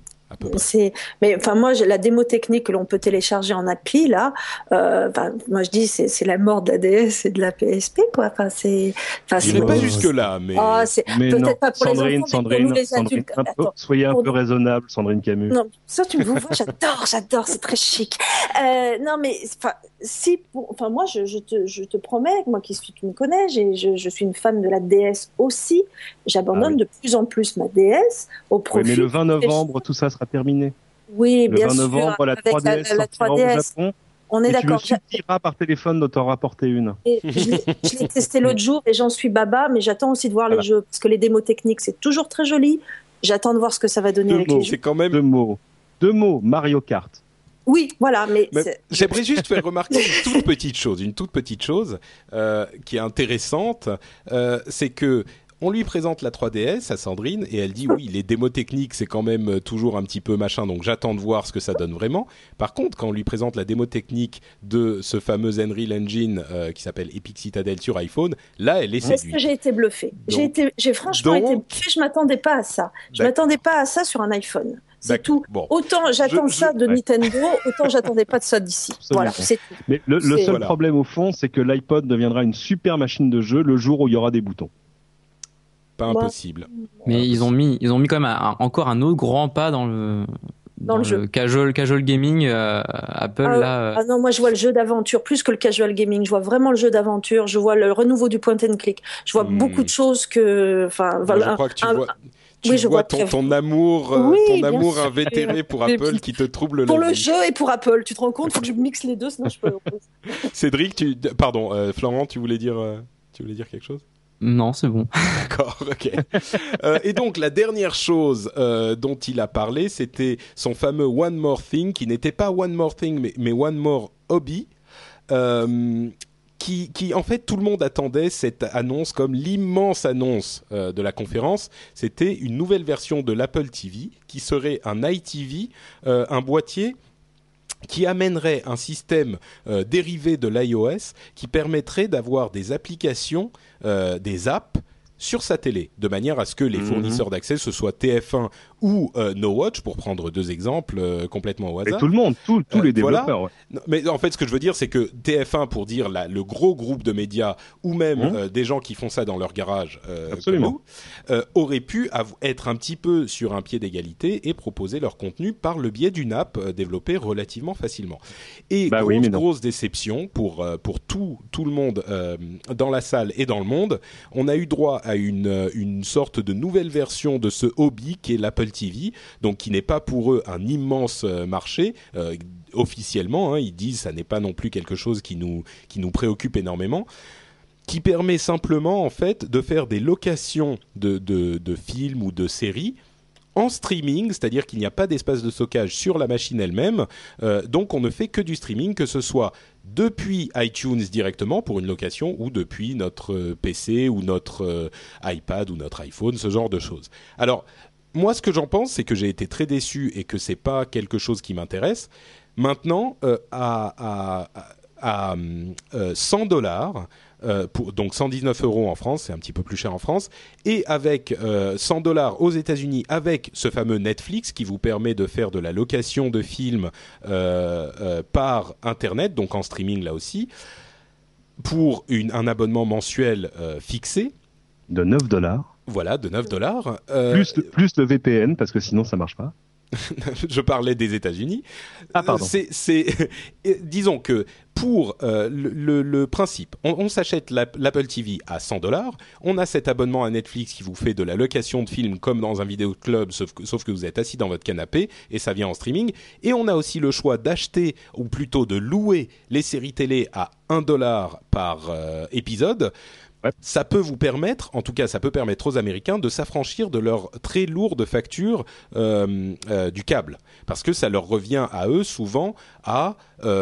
Mais enfin moi la démo technique que l'on peut télécharger en appli là, moi je dis c'est la mort de la DS et de la PSP quoi. Je n'irai pas jusque là, mais mais peut-être non. pas pour les enfants, mais pour nous les adultes. Soyez un peu raisonnable, Sandrine Camus. Non, ça tu me vois, j'adore, c'est très chic. Non mais moi je te promets, moi tu me connais, je suis une fan de la DS aussi. J'abandonne de plus en plus ma DS au profit. Oui, mais le 20 novembre, tout ça sera terminé. Oui, bien sûr. Le 20 novembre, la 3DS sortira au Japon. On est d'accord. Tu me suffiras par téléphone de t'en rapporter une. Et je l'ai testé l'autre jour et j'en suis baba, mais j'attends aussi de voir les jeux parce que les démos techniques c'est toujours très joli. J'attends de voir ce que ça va donner avec les jeux. C'est quand même deux mots, Mario Kart. Oui, voilà, mais j'aimerais juste faire remarquer une toute petite chose qui est intéressante, c'est que on lui présente la 3DS à Sandrine et elle dit oui, les démos techniques c'est quand même toujours un petit peu machin, donc j'attends de voir ce que ça donne vraiment. Par contre, quand on lui présente la démo technique de ce fameux Unreal Engine qui s'appelle Epic Citadel sur iPhone, là elle est séduite. Est-ce que j'ai été bluffée? J'ai franchement été bluffée, je m'attendais pas à ça. Je m'attendais pas à ça sur un iPhone. C'est tout. Bon. Autant j'attends ça de Nintendo, autant j'attendais pas de ça d'ici. Voilà, c'est tout. Mais le seul problème au fond, c'est que l'iPod deviendra une super machine de jeu le jour où il y aura des boutons. Pas impossible. Mais ils ont mis quand même encore un autre grand pas dans le casual gaming. Apple là. Ah non, moi je vois le jeu d'aventure plus que le casual gaming. Je vois vraiment le jeu d'aventure. Je vois le renouveau du point and click. Je vois beaucoup de choses que. Je crois que tu vois ton amour invétéré pour Apple qui te trouble la vie. Pour le jeu et pour Apple, tu te rends compte, faut que je mixe les deux, sinon je peux. Cédric, Florent, tu voulais dire quelque chose? Non, c'est bon. D'accord, ok. Et donc la dernière chose dont il a parlé, c'était son fameux One More Thing, qui n'était pas One More Thing, mais One More Hobby. Qui en fait tout le monde attendait cette annonce comme l'immense annonce de la conférence. C'était une nouvelle version de l'Apple TV qui serait un iTV, un boîtier qui amènerait un système dérivé de l'iOS qui permettrait d'avoir des applications, des apps sur sa télé, de manière à ce que les fournisseurs d'accès, ce soit TF1 ou No Watch, pour prendre deux exemples complètement au hasard. Et tout le monde, tous les développeurs. Voilà. Ouais. Mais en fait, ce que je veux dire, c'est que TF1, pour dire le gros groupe de médias, ou même des gens qui font ça dans leur garage, absolument, auraient pu être un petit peu sur un pied d'égalité et proposer leur contenu par le biais d'une app développée relativement facilement. Et grosse déception pour tout le monde dans la salle et dans le monde, on a eu droit à une sorte de nouvelle version de ce hobby qui est l'Apple TV, donc qui n'est pas pour eux un immense marché officiellement, ils disent ça n'est pas non plus quelque chose qui nous préoccupe énormément, qui permet simplement en fait de faire des locations de films ou de séries en streaming, c'est-à-dire qu'il n'y a pas d'espace de stockage sur la machine elle-même, donc on ne fait que du streaming, que ce soit depuis iTunes directement pour une location ou depuis notre PC ou notre iPad ou notre iPhone, ce genre de choses. Alors, moi ce que j'en pense, c'est que j'ai été très déçu et que c'est pas quelque chose qui m'intéresse. Maintenant, à $100, donc 119 € en France, c'est un petit peu plus cher en France, et avec $100 aux États-Unis, avec ce fameux Netflix qui vous permet de faire de la location de films par Internet, donc en streaming là aussi, pour un abonnement mensuel fixé. De $9. Voilà, de $9. Plus le VPN, parce que sinon ça marche pas. Je parlais des États-Unis. Ah, pardon. Disons que pour le principe, on s'achète l'Apple TV à $100. On a cet abonnement à Netflix qui vous fait de la location de films comme dans un vidéoclub, sauf que vous êtes assis dans votre canapé et ça vient en streaming. Et on a aussi le choix d'acheter, ou plutôt de louer les séries télé à $1 par épisode. Ouais. Ça peut vous permettre, en tout cas ça peut permettre aux Américains de s'affranchir de leur très lourde facture du câble. Parce que ça leur revient à eux souvent à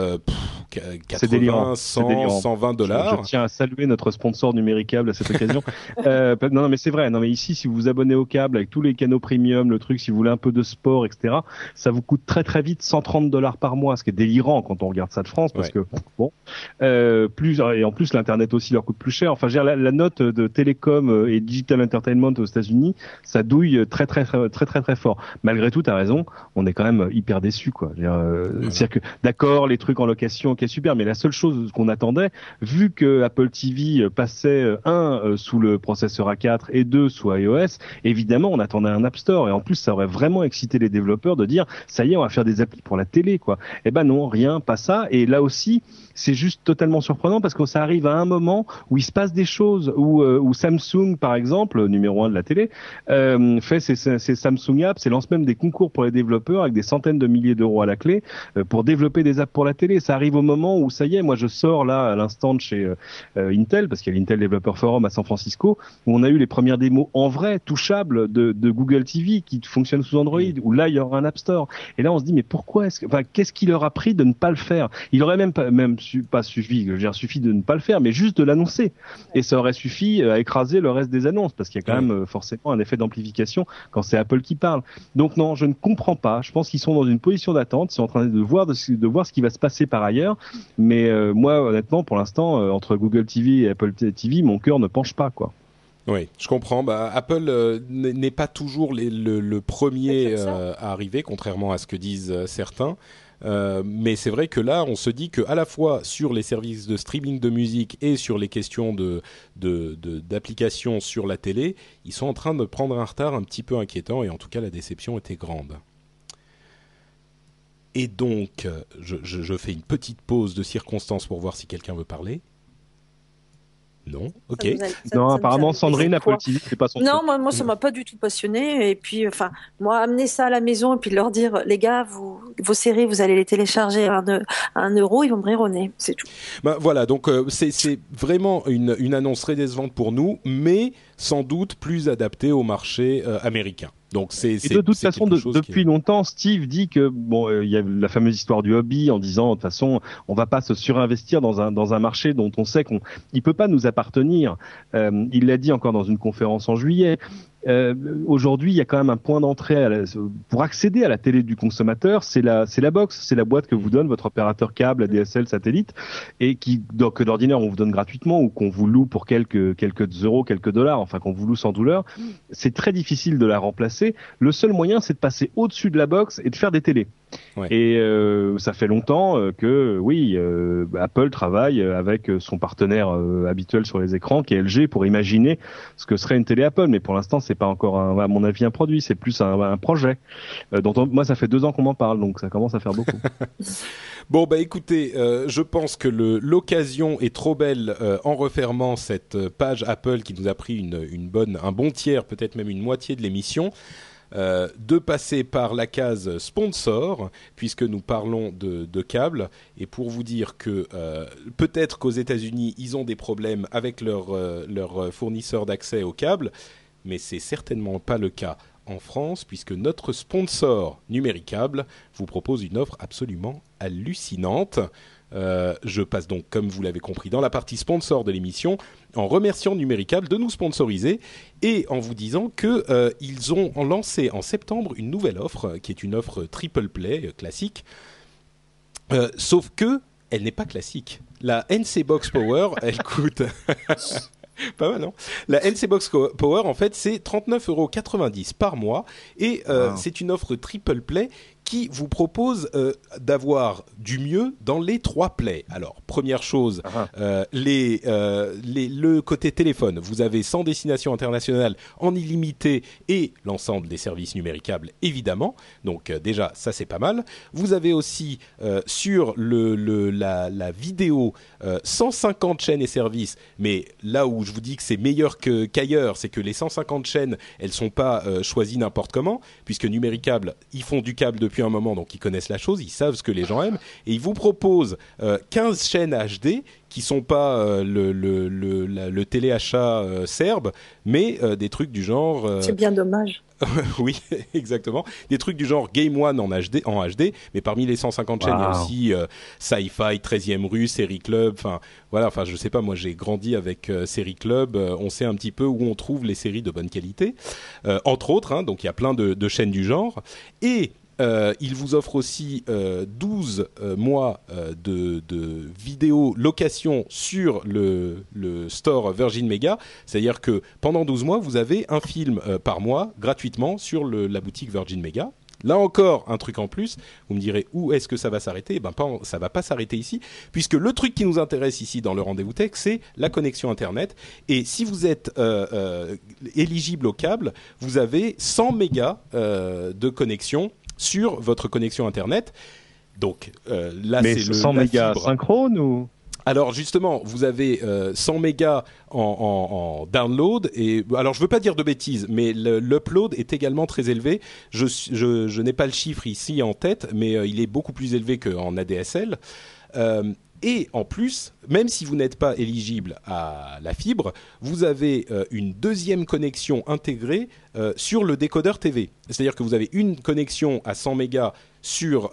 80, 100, $120. Je tiens à saluer notre sponsor numéricable à cette occasion. Non, mais c'est vrai. Non, mais ici, si vous vous abonnez au câble avec tous les canaux premium, le truc, si vous voulez un peu de sport, etc., ça vous coûte très très vite $130 par mois, ce qui est délirant quand on regarde ça de France, parce que bon, et en plus l'internet aussi leur coûte plus cher. Enfin, je veux dire, la note de télécom et digital entertainment aux États-Unis, ça douille très très très très très très fort. Malgré tout, t'as raison, on est quand même hyper déçus, quoi. C'est-à-dire que d'accord, les trucs en location, ok, super, mais la seule chose qu'on attendait, vu que Apple TV passait sous le processeur A4 et 2 sous iOS, évidemment on attendait un App Store, et en plus ça aurait vraiment excité les développeurs de dire ça y est, on va faire des applis pour la télé, quoi. Eh ben non, rien, pas ça. Et là aussi c'est juste totalement surprenant parce que ça arrive à un moment où il se passe des choses, où Samsung par exemple, numéro 1 de la télé, fait ses Samsung Apps et lance même des concours pour les développeurs avec des centaines de milliers d'euros à la clé pour développer des apps pour la télé. Ça arrive au moment où ça y est, moi je sors là à l'instant de chez Intel, parce qu'il y a l'Intel Developer Forum à San Francisco, où on a eu les premières démos en vrai, touchables de Google TV qui fonctionne sous Android, où là il y aura un App Store. Et là on se dit mais pourquoi qu'est-ce qui leur a pris de ne pas le faire? Il aurait pas suffi de ne pas le faire, mais juste de l'annoncer. Et ça aurait suffi à écraser le reste des annonces, parce qu'il y a quand même forcément un effet d'amplification quand c'est Apple qui parle. Donc non, je ne comprends pas. Je pense qu'ils sont dans une position d'attente, ils sont en train de voir ce qui va se passer par ailleurs. Mais moi, honnêtement, pour l'instant, entre Google TV et Apple TV, mon cœur ne penche pas, quoi. Oui, je comprends. Apple n'est pas toujours le premier à arriver, contrairement à ce que disent certains. Mais c'est vrai que là, on se dit que à la fois sur les services de streaming de musique et sur les questions d'applications sur la télé, ils sont en train de prendre un retard un petit peu inquiétant, et en tout cas la déception était grande. Et donc, je fais une petite pause de circonstance pour voir si quelqu'un veut parler. Non, ok. Non, apparemment Sandrine, Apple TV, c'est pas son truc. Non, moi ça m'a pas du tout passionné. Et puis, moi, amener ça à la maison et puis leur dire, les gars, vos séries, vous allez les télécharger à €1, ils vont me rire au nez, c'est tout. Voilà, donc c'est vraiment une annonce très décevante pour nous, mais sans doute plus adaptée au marché américain. Donc de toute façon, depuis longtemps, Steve dit que il y a la fameuse histoire du hobby en disant de toute façon, on va pas se surinvestir dans un marché dont on sait il peut pas nous appartenir. Il l'a dit encore dans une conférence en juillet. Aujourd'hui, il y a quand même un point d'entrée pour accéder à la télé du consommateur, c'est la box, c'est la boîte que vous donne votre opérateur câble, ADSL, satellite, et que d'ordinaire on vous donne gratuitement ou qu'on vous loue pour quelques euros, quelques dollars, enfin qu'on vous loue sans douleur. C'est très difficile de la remplacer. Le seul moyen, c'est de passer au-dessus de la box et de faire des télés. Ouais. Et ça fait longtemps que Apple travaille avec son partenaire habituel sur les écrans, qui est LG, pour imaginer ce que serait une télé Apple. Mais pour l'instant, c'est pas encore à mon avis un produit, c'est plus un projet dont moi ça fait 2 ans qu'on m'en parle, donc ça commence à faire beaucoup. Bon écoutez, je pense que l'occasion est trop belle en refermant cette page Apple qui nous a pris un bon tiers, peut-être même une moitié de l'émission. De passer par la case sponsor, puisque nous parlons de câbles, et pour vous dire que peut-être qu'aux États-Unis ils ont des problèmes avec leur fournisseur d'accès au câble, mais c'est certainement pas le cas en France, puisque notre sponsor Numéricable vous propose une offre absolument hallucinante. Je passe donc, comme vous l'avez compris, dans la partie sponsor de l'émission, en remerciant Numéricable de nous sponsoriser et en vous disant que ils ont lancé en septembre une nouvelle offre qui est une offre triple play classique, sauf que elle n'est pas classique. La NC Box Power, elle coûte pas mal, non ? La NC Box Power, en fait, c'est 39,90 € par mois et c'est une offre triple play qui vous propose d'avoir du mieux dans les 3 plays. Alors, première chose, le côté téléphone. Vous avez 100 destinations internationales en illimité et l'ensemble des services numéricables, évidemment. Donc déjà, ça c'est pas mal. Vous avez aussi sur la vidéo 150 chaînes et services, mais là où je vous dis que c'est meilleur qu'ailleurs, c'est que les 150 chaînes, elles sont pas choisies n'importe comment, puisque Numéricable, ils font du câble depuis un moment, donc ils connaissent la chose, ils savent ce que les gens aiment, et ils vous proposent 15 chaînes HD qui sont pas le téléachat serbe, mais des trucs du genre... C'est bien dommage. Oui, exactement. Des trucs du genre Game One en HD, mais parmi les 150 chaînes, il y a aussi Sci-Fi, 13e rue, Série Club, enfin je sais pas, moi j'ai grandi avec Série Club, on sait un petit peu où on trouve les séries de bonne qualité, entre autres, donc il y a plein de chaînes du genre, et il vous offre aussi 12 mois de vidéo location sur le store Virgin Mega. C'est-à-dire que pendant 12 mois, vous avez un film par mois gratuitement sur la boutique Virgin Mega. Là encore, un truc en plus, vous me direz où est-ce que ça va s'arrêter ? Ça va pas s'arrêter ici, puisque le truc qui nous intéresse ici dans le rendez-vous tech, c'est la connexion Internet. Et si vous êtes éligible au câble, vous avez 100 mégas de connexion sur votre connexion Internet. Donc là, mais c'est 100 mégas synchrone ou ? Alors justement, vous avez 100 mégas en download, et alors je veux pas dire de bêtises, mais l'upload est également très élevé. Je n'ai pas le chiffre ici en tête, mais il est beaucoup plus élevé qu'en ADSL. Et en plus, même si vous n'êtes pas éligible à la fibre, vous avez une deuxième connexion intégrée sur le décodeur TV. C'est-à-dire que vous avez une connexion à 100 mégas sur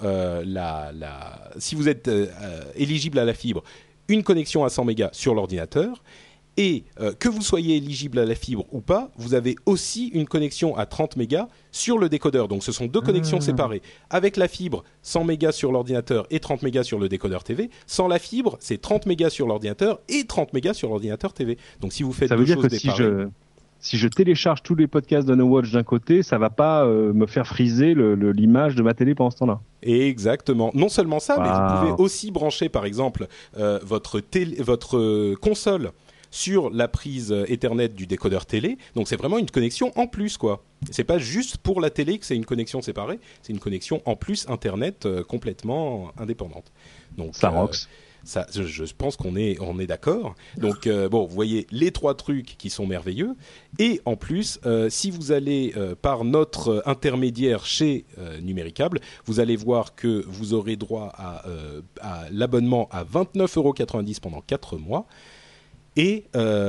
si vous êtes éligible à la fibre, une connexion à 100 mégas sur l'ordinateur. Et que vous soyez éligible à la fibre ou pas, vous avez aussi une connexion à 30 mégas sur le décodeur. Donc ce sont deux connexions séparées. Avec la fibre, 100 mégas sur l'ordinateur et 30 mégas sur le décodeur TV. Sans la fibre, c'est 30 mégas sur l'ordinateur et 30 mégas sur l'ordinateur TV. Donc si vous faites deux choses séparées... Si je télécharge tous les podcasts de No Watch d'un côté, ça va pas me faire friser l'image de ma télé pendant ce temps-là. Exactement. Non seulement ça, mais vous pouvez aussi brancher par exemple votre console sur la prise Ethernet du décodeur télé. Donc c'est vraiment une connexion en plus, quoi. C'est pas juste pour la télé que c'est une connexion séparée, c'est une connexion en plus Internet complètement indépendante. Donc ça rocks. Ça, je pense qu'on est d'accord. Donc bon, vous voyez les trois trucs qui sont merveilleux. Et en plus, si vous allez par notre intermédiaire chez Numéricable, vous allez voir que vous aurez droit à l'abonnement à 29,90 € pendant 4 mois. Et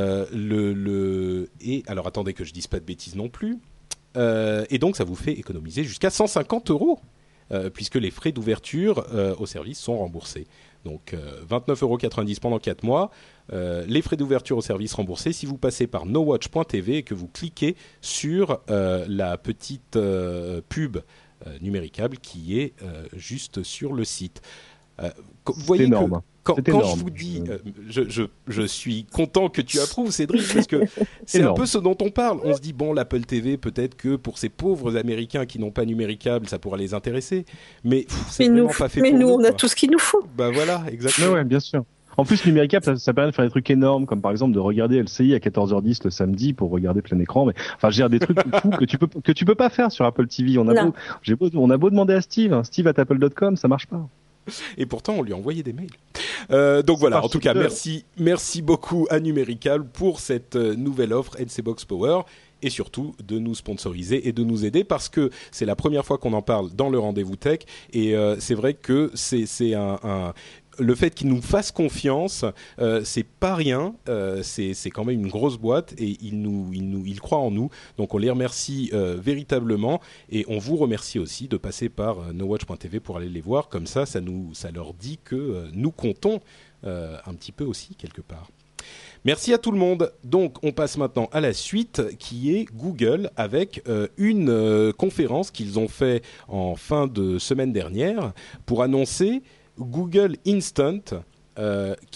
alors attendez que je dise pas de bêtises non plus. Et donc ça vous fait économiser jusqu'à 150 €, puisque les frais d'ouverture au service sont remboursés. Donc 29,90 € pendant 4 mois, les frais d'ouverture au service remboursés si vous passez par nowatch.tv et que vous cliquez sur la petite pub Numéricable qui est juste sur le site. Vous voyez énorme. Quand je vous dis, je suis content que tu approuves, Cédric, parce que c'est un peu ce dont on parle. On se dit, bon, l'Apple TV, peut-être que pour ces pauvres Américains qui n'ont pas Numéricable, ça pourra les intéresser. Mais c'est vraiment pas fait pour nous. Mais nous, on a tout ce qu'il nous faut. Bah voilà, exactement. Ouais, bien sûr. En plus, Numéricable, ça permet de faire des trucs énormes, comme par exemple de regarder LCI à 14h10 le samedi pour regarder plein écran. Mais enfin, j'ai des trucs fous que tu peux pas faire sur Apple TV. On a beau demander à Steve, hein, steve@apple.com, ça marche pas. Et pourtant, on lui a envoyé des mails. Donc voilà, en tout cas, merci beaucoup à Numéricable pour cette nouvelle offre NC Box Power et surtout de nous sponsoriser et de nous aider parce que c'est la première fois qu'on en parle dans le rendez-vous tech et c'est vrai que c'est le fait qu'ils nous fassent confiance, c'est pas rien. C'est quand même une grosse boîte et ils croient en nous. Donc on les remercie véritablement et on vous remercie aussi de passer par nowatch.tv pour aller les voir. Comme ça leur dit que nous comptons un petit peu aussi quelque part. Merci à tout le monde. Donc, on passe maintenant à la suite, qui est Google, avec une conférence qu'ils ont fait en fin de semaine dernière pour annoncer Google Instant,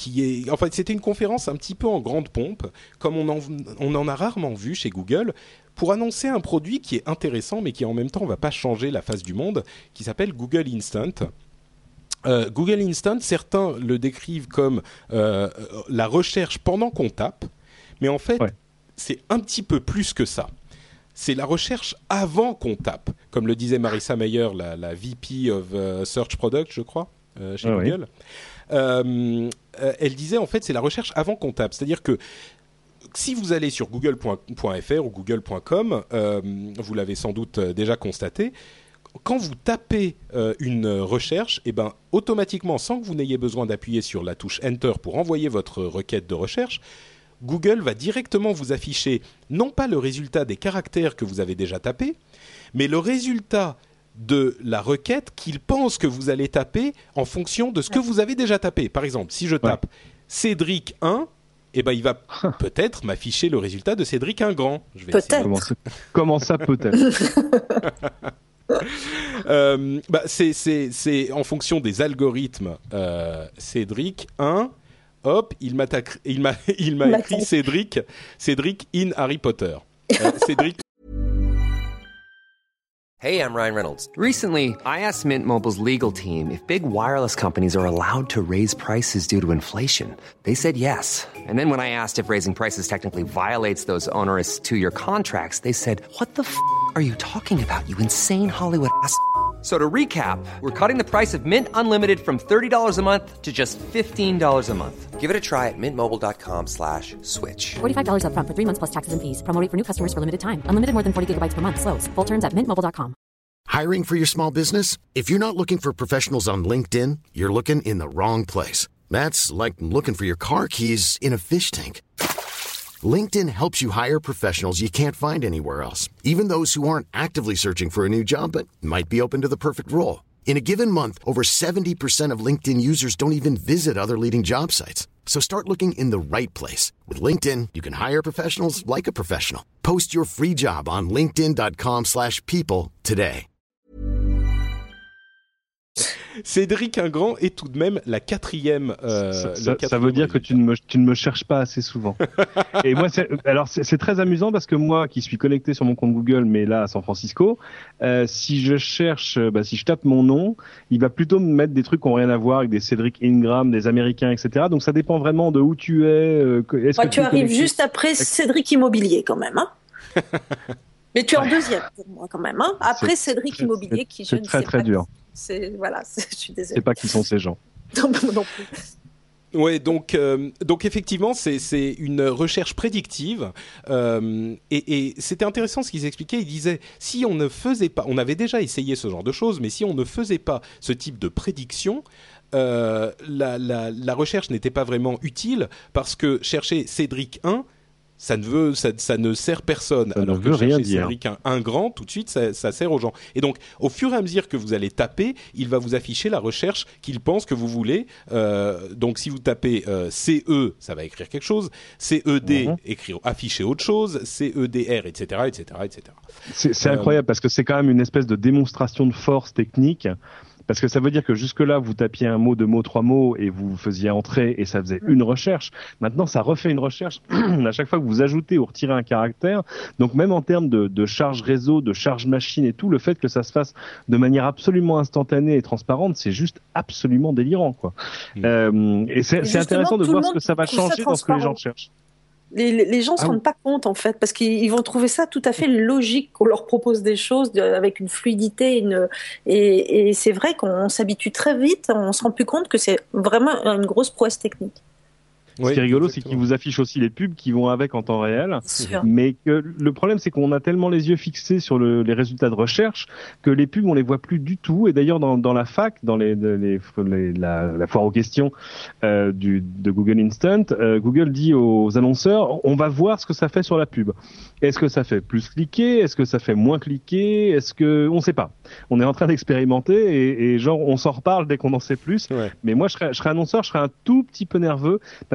c'était une conférence un petit peu en grande pompe, comme on en a rarement vu chez Google. pour annoncer un produit qui est intéressant, mais qui en même temps ne va pas changer la face du monde, qui s'appelle Google Instant. Google Instant, certains le décrivent comme la recherche pendant qu'on tape, mais en fait, c'est un petit peu plus que ça. C'est la recherche avant qu'on tape, comme le disait Marissa Mayer, la VP of Search Product, je crois, chez Google. Elle disait, en fait, c'est la recherche avant qu'on tape. C'est-à-dire que si vous allez sur google.fr ou google.com, vous l'avez sans doute déjà constaté, quand vous tapez une recherche, automatiquement, sans que vous n'ayez besoin d'appuyer sur la touche Enter pour envoyer votre requête de recherche, Google va directement vous afficher non pas le résultat des caractères que vous avez déjà tapés, mais le résultat de la requête qu'il pense que vous allez taper en fonction de ce que vous avez déjà tapé. Par exemple, si je tape Cédric 1, il va peut-être m'afficher le résultat de Cédric 1 grand. Je vais peut-être. Comment ça peut-être c'est en fonction des algorithmes. Cédric 1, hop, il m'a écrit Cédric in Harry Potter. Cédric. Hey, I'm Ryan Reynolds. Recently, I asked Mint Mobile's legal team if big wireless companies are allowed to raise prices due to inflation. They said yes. And then when I asked if raising prices technically violates those onerous 2-year contracts, they said, "What the f*** are you talking about, you insane Hollywood ass?" So to recap, we're cutting the price of Mint Unlimited from $30 a month to just $15 a month. Give it a try at mintmobile.com/switch. $45 up front for 3 months plus taxes and fees. Promo rate for new customers for limited time. Unlimited more than 40 gigabytes per month. Slows full terms at mintmobile.com. Hiring for your small business? If you're not looking for professionals on LinkedIn, you're looking in the wrong place. That's like looking for your car keys in a fish tank. LinkedIn helps you hire professionals you can't find anywhere else, even those who aren't actively searching for a new job but might be open to the perfect role. In a given month, over 70% of LinkedIn users don't even visit other leading job sites. So start looking in the right place. With LinkedIn, you can hire professionals like a professional. Post your free job on linkedin.com/people today. Cédric Ingrand est tout de même la quatrième. Ça veut dire que tu ne me cherches pas assez souvent. Et moi, c'est très amusant parce que moi, qui suis connecté sur mon compte Google, mais là à San Francisco, si je cherche, si je tape mon nom, il va plutôt me mettre des trucs qui n'ont rien à voir avec des Cédric Ingram, des Américains, etc. Donc ça dépend vraiment de où tu es. Tu arrives juste après Cédric Immobilier quand même. Hein. Mais tu es en deuxième pour moi quand même. Hein. Après Cédric Immobilier, qui je ne sais pas. C'est très dur. Je suis désolée. Je sais pas qui sont ces gens. Non plus. Ouais, donc effectivement, c'est une recherche prédictive et c'était intéressant ce qu'ils expliquaient. Ils disaient si on ne faisait pas, on avait déjà essayé ce genre de choses, mais si on ne faisait pas ce type de prédiction, la recherche n'était pas vraiment utile parce que chercher Cédric 1, ça ne sert personne. Ça alors ne que veut rien chercher dire. Cédric un grand, tout de suite, ça sert aux gens. Et donc, au fur et à mesure que vous allez taper, il va vous afficher la recherche qu'il pense que vous voulez. Donc, si vous tapez CE, ça va écrire quelque chose. CED, afficher autre chose. CEDR, etc., etc., etc. C'est incroyable parce que c'est quand même une espèce de démonstration de force technique. Parce que ça veut dire que jusque-là, vous tapiez un mot, 2 mots, 3 mots et vous faisiez entrer et ça faisait une recherche. Maintenant, ça refait une recherche à chaque fois que vous ajoutez ou retirez un caractère. Donc même en termes de charge réseau, de charge machine et tout, le fait que ça se fasse de manière absolument instantanée et transparente, c'est juste absolument délirant, quoi. Et c'est intéressant de voir ce que ça va changer dans ce que les gens cherchent. Les gens se rendent pas compte en fait parce qu'ils vont trouver ça tout à fait logique qu'on leur propose des choses avec une fluidité et c'est vrai qu'on s'habitue très vite, on se rend plus compte que c'est vraiment une grosse prouesse technique. Ce qui est rigolo, c'est qu'ils vous affichent aussi les pubs qui vont avec en temps réel. Mais que le problème, c'est qu'on a tellement les yeux fixés sur les résultats de recherche que les pubs, on les voit plus du tout. Et d'ailleurs, dans la fac, dans la foire aux questions de Google Instant, Google dit aux annonceurs, on va voir ce que ça fait sur la pub. Est-ce que ça fait plus cliquer? Est-ce que ça fait moins cliquer? Est-ce que on sait pas. On est en train d'expérimenter et genre on s'en reparle dès qu'on en sait plus. Ouais. Mais moi, je serais annonceur, je serais un tout petit peu nerveux parce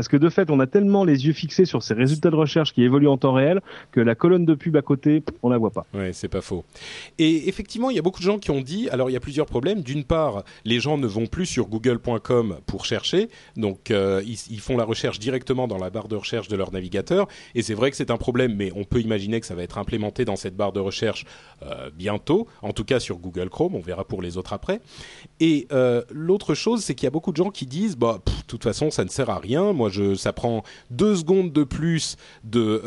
que de fait, on a tellement les yeux fixés sur ces résultats de recherche qui évoluent en temps réel que la colonne de pub à côté, on la voit pas. Ouais, c'est pas faux. Et effectivement, il y a beaucoup de gens qui ont dit, alors il y a plusieurs problèmes. D'une part, les gens ne vont plus sur google.com pour chercher, donc ils font la recherche directement dans la barre de recherche de leur navigateur. Et c'est vrai que c'est un problème, mais on peut imaginer que ça va être implémenté dans cette barre de recherche bientôt, en tout cas sur Google Chrome, on verra pour les autres après. Et l'autre chose, c'est qu'il y a beaucoup de gens qui disent, de toute façon, ça ne sert à rien. Moi, ça prend 2 secondes de plus de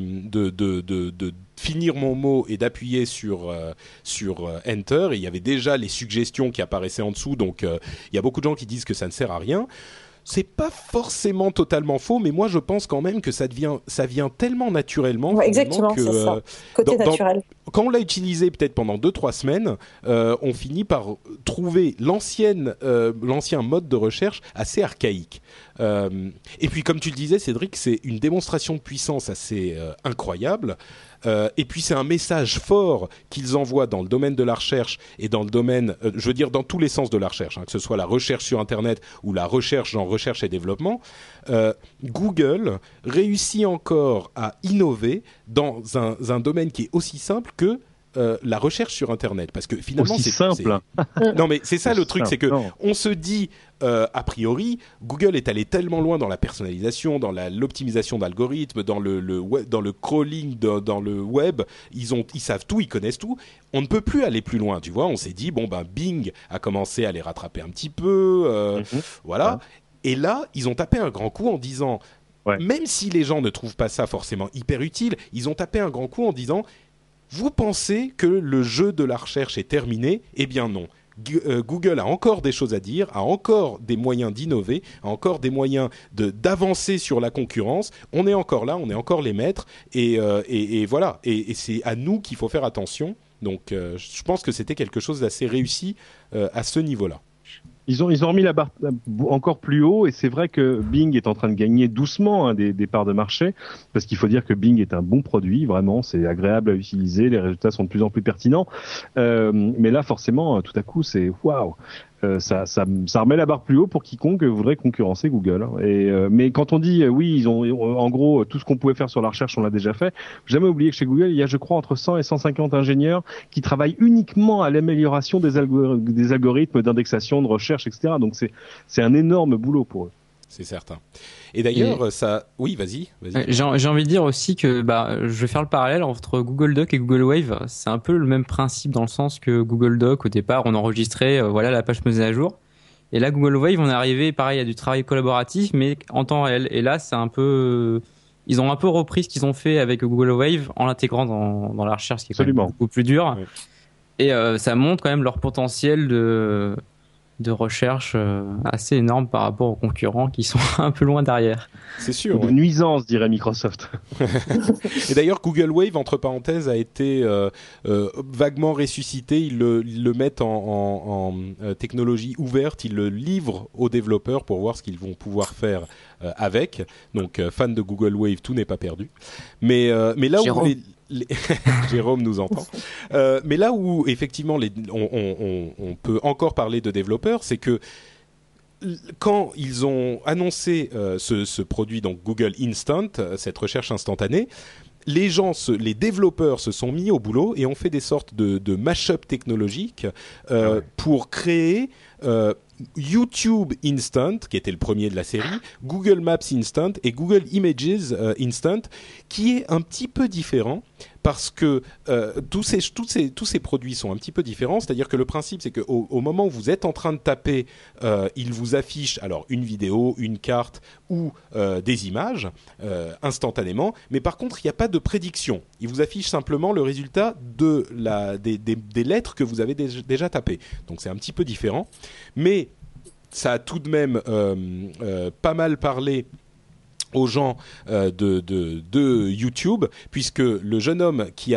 finir mon mot et d'appuyer sur Enter. Et il y avait déjà les suggestions qui apparaissaient en dessous, donc il y a beaucoup de gens qui disent que ça ne sert à rien. C'est pas forcément totalement faux, mais moi je pense quand même que ça vient tellement naturellement. Ouais, exactement, que, c'est ça. Côté naturel. Quand on l'a utilisé peut-être pendant 2-3 semaines, on finit par trouver l'ancien mode de recherche assez archaïque. Et puis comme tu le disais, Cédric, c'est une démonstration de puissance assez incroyable. Et puis c'est un message fort qu'ils envoient dans le domaine de la recherche et dans le domaine, je veux dire dans tous les sens de la recherche, que ce soit la recherche sur Internet ou la recherche en recherche et développement. Google réussit encore à innover dans un domaine qui est aussi simple que la recherche sur Internet, parce que finalement aussi simple. Non mais c'est ça le truc, c'est que on se dit a priori Google est allé tellement loin dans la personnalisation, dans l'optimisation d'algorithmes, dans le crawling, dans le web, ils savent tout, ils connaissent tout. On ne peut plus aller plus loin, tu vois. On s'est dit Bing a commencé à les rattraper un petit peu, voilà. Ouais. Et là, ils ont tapé un grand coup en disant, même si les gens ne trouvent pas ça forcément hyper utile, ils ont tapé un grand coup en disant, vous pensez que le jeu de la recherche est terminé ? Eh bien non. Google a encore des choses à dire, a encore des moyens d'innover, a encore des moyens d'avancer sur la concurrence. On est encore là, on est encore les maîtres, et voilà. Et c'est à nous qu'il faut faire attention. Donc, je pense que c'était quelque chose d'assez réussi à ce niveau-là. Ils ont remis la barre encore plus haut, et c'est vrai que Bing est en train de gagner doucement des parts de marché, parce qu'il faut dire que Bing est un bon produit, vraiment, c'est agréable à utiliser, les résultats sont de plus en plus pertinents, mais là forcément tout à coup c'est waouh. Ça remet la barre plus haut pour quiconque voudrait concurrencer Google. Mais quand on dit oui, ils ont en gros tout ce qu'on pouvait faire sur la recherche, on l'a déjà fait. Jamais oublier que chez Google, il y a, je crois, entre 100 et 150 ingénieurs qui travaillent uniquement à l'amélioration des algorithmes d'indexation, de recherche, etc. Donc c'est un énorme boulot pour eux. C'est certain. Et d'ailleurs, ça... Oui, vas-y. J'ai envie de dire aussi que je vais faire le parallèle entre Google Doc et Google Wave. C'est un peu le même principe dans le sens que Google Doc, au départ, on enregistrait la page mise à jour. Et là, Google Wave, on est arrivé, pareil, à du travail collaboratif, mais en temps réel. Et là, c'est un peu... Ils ont un peu repris ce qu'ils ont fait avec Google Wave en l'intégrant dans la recherche, ce qui est quand même beaucoup plus dur. Oui. Et ça montre quand même leur potentiel de recherche assez énorme par rapport aux concurrents qui sont un peu loin derrière. C'est sûr. De nuisance, dirait Microsoft. Et d'ailleurs, Google Wave, entre parenthèses, a été vaguement ressuscité. Ils le mettent en technologie ouverte. Ils le livrent aux développeurs pour voir ce qu'ils vont pouvoir faire avec. Donc, fans de Google Wave, tout n'est pas perdu. Mais là où Jérôme nous entend. Mais là où effectivement on peut encore parler de développeurs, c'est que quand ils ont annoncé ce produit, donc Google Instant, cette recherche instantanée, les développeurs se sont mis au boulot et ont fait des sortes de mash-up technologiques pour créer YouTube Instant, qui était le premier de la série, Google Maps Instant et Google Images Instant, qui est un petit peu différent parce que tous ces produits sont un petit peu différents. C'est-à-dire que le principe, c'est qu'au moment où vous êtes en train de taper, il vous affiche alors une vidéo, une carte ou des images instantanément. Mais par contre, il n'y a pas de prédiction. Il vous affiche simplement le résultat des lettres que vous avez déjà tapées. Donc c'est un petit peu différent. Mais ça a tout de même pas mal parlé aux gens de YouTube, puisque le jeune homme qui a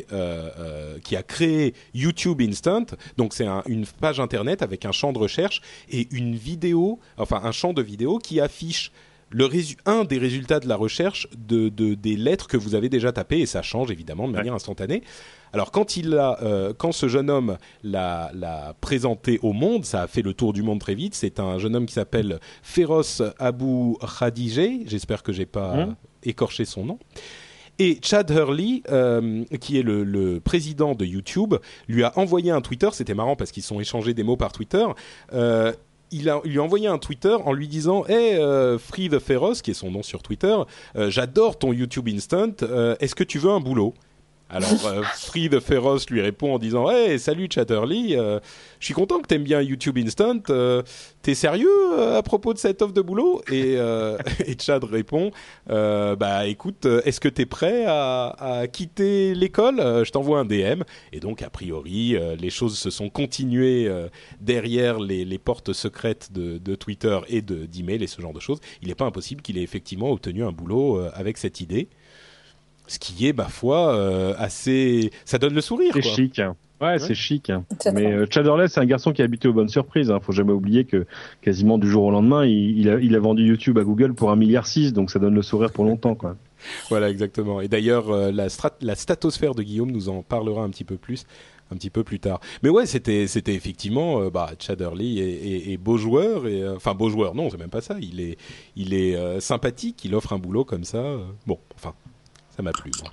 créé YouTube Instant, donc c'est une page internet avec un champ de recherche et un champ de vidéo qui affiche un des résultats de la recherche des lettres que vous avez déjà tapées, et ça change évidemment de manière instantanée. Alors quand ce jeune homme l'a présenté au monde, ça a fait le tour du monde très vite. C'est un jeune homme qui s'appelle Feroz Abou Khadijeh, j'espère que j'ai pas écorché son nom. Et Chad Hurley, qui est le président de YouTube, lui a envoyé un Twitter. C'était marrant parce qu'ils se sont échangés des mots par Twitter. Il lui a envoyé un Twitter en lui disant « Hey, Free the Feroz », qui est son nom sur Twitter, j'adore ton YouTube Instant, est-ce que tu veux un boulot ? Alors, Free the Feroz lui répond en disant « Hey, salut Chatterley, je suis content que t'aimes bien YouTube Instant, t'es sérieux à propos de cette offre de boulot ?» Et Chad répond « Bah écoute, est-ce que t'es prêt à quitter l'école ? Je t'envoie un DM. » Et donc, a priori, les choses se sont continuées derrière les portes secrètes de Twitter et d'email et ce genre de choses. Il n'est pas impossible qu'il ait effectivement obtenu un boulot avec cette idée. Ce qui est, ma foi, assez... Ça donne le sourire, c'est quoi. Chic. Ouais, c'est chic. Mais Chad Hurley, c'est un garçon qui a habité aux bonnes surprises. Faut jamais oublier que quasiment du jour au lendemain, il a vendu YouTube à Google pour 1,6 milliard, donc ça donne le sourire pour longtemps, quoi. Voilà, exactement. Et d'ailleurs, la statosphère de Guillaume nous en parlera un petit peu plus tard. Mais ouais, c'était effectivement Chad Hurley est beau joueur enfin beau joueur. Non, c'est même pas ça. Il est sympathique. Il offre un boulot comme ça. Bon, enfin. Ça m'a plu, moi.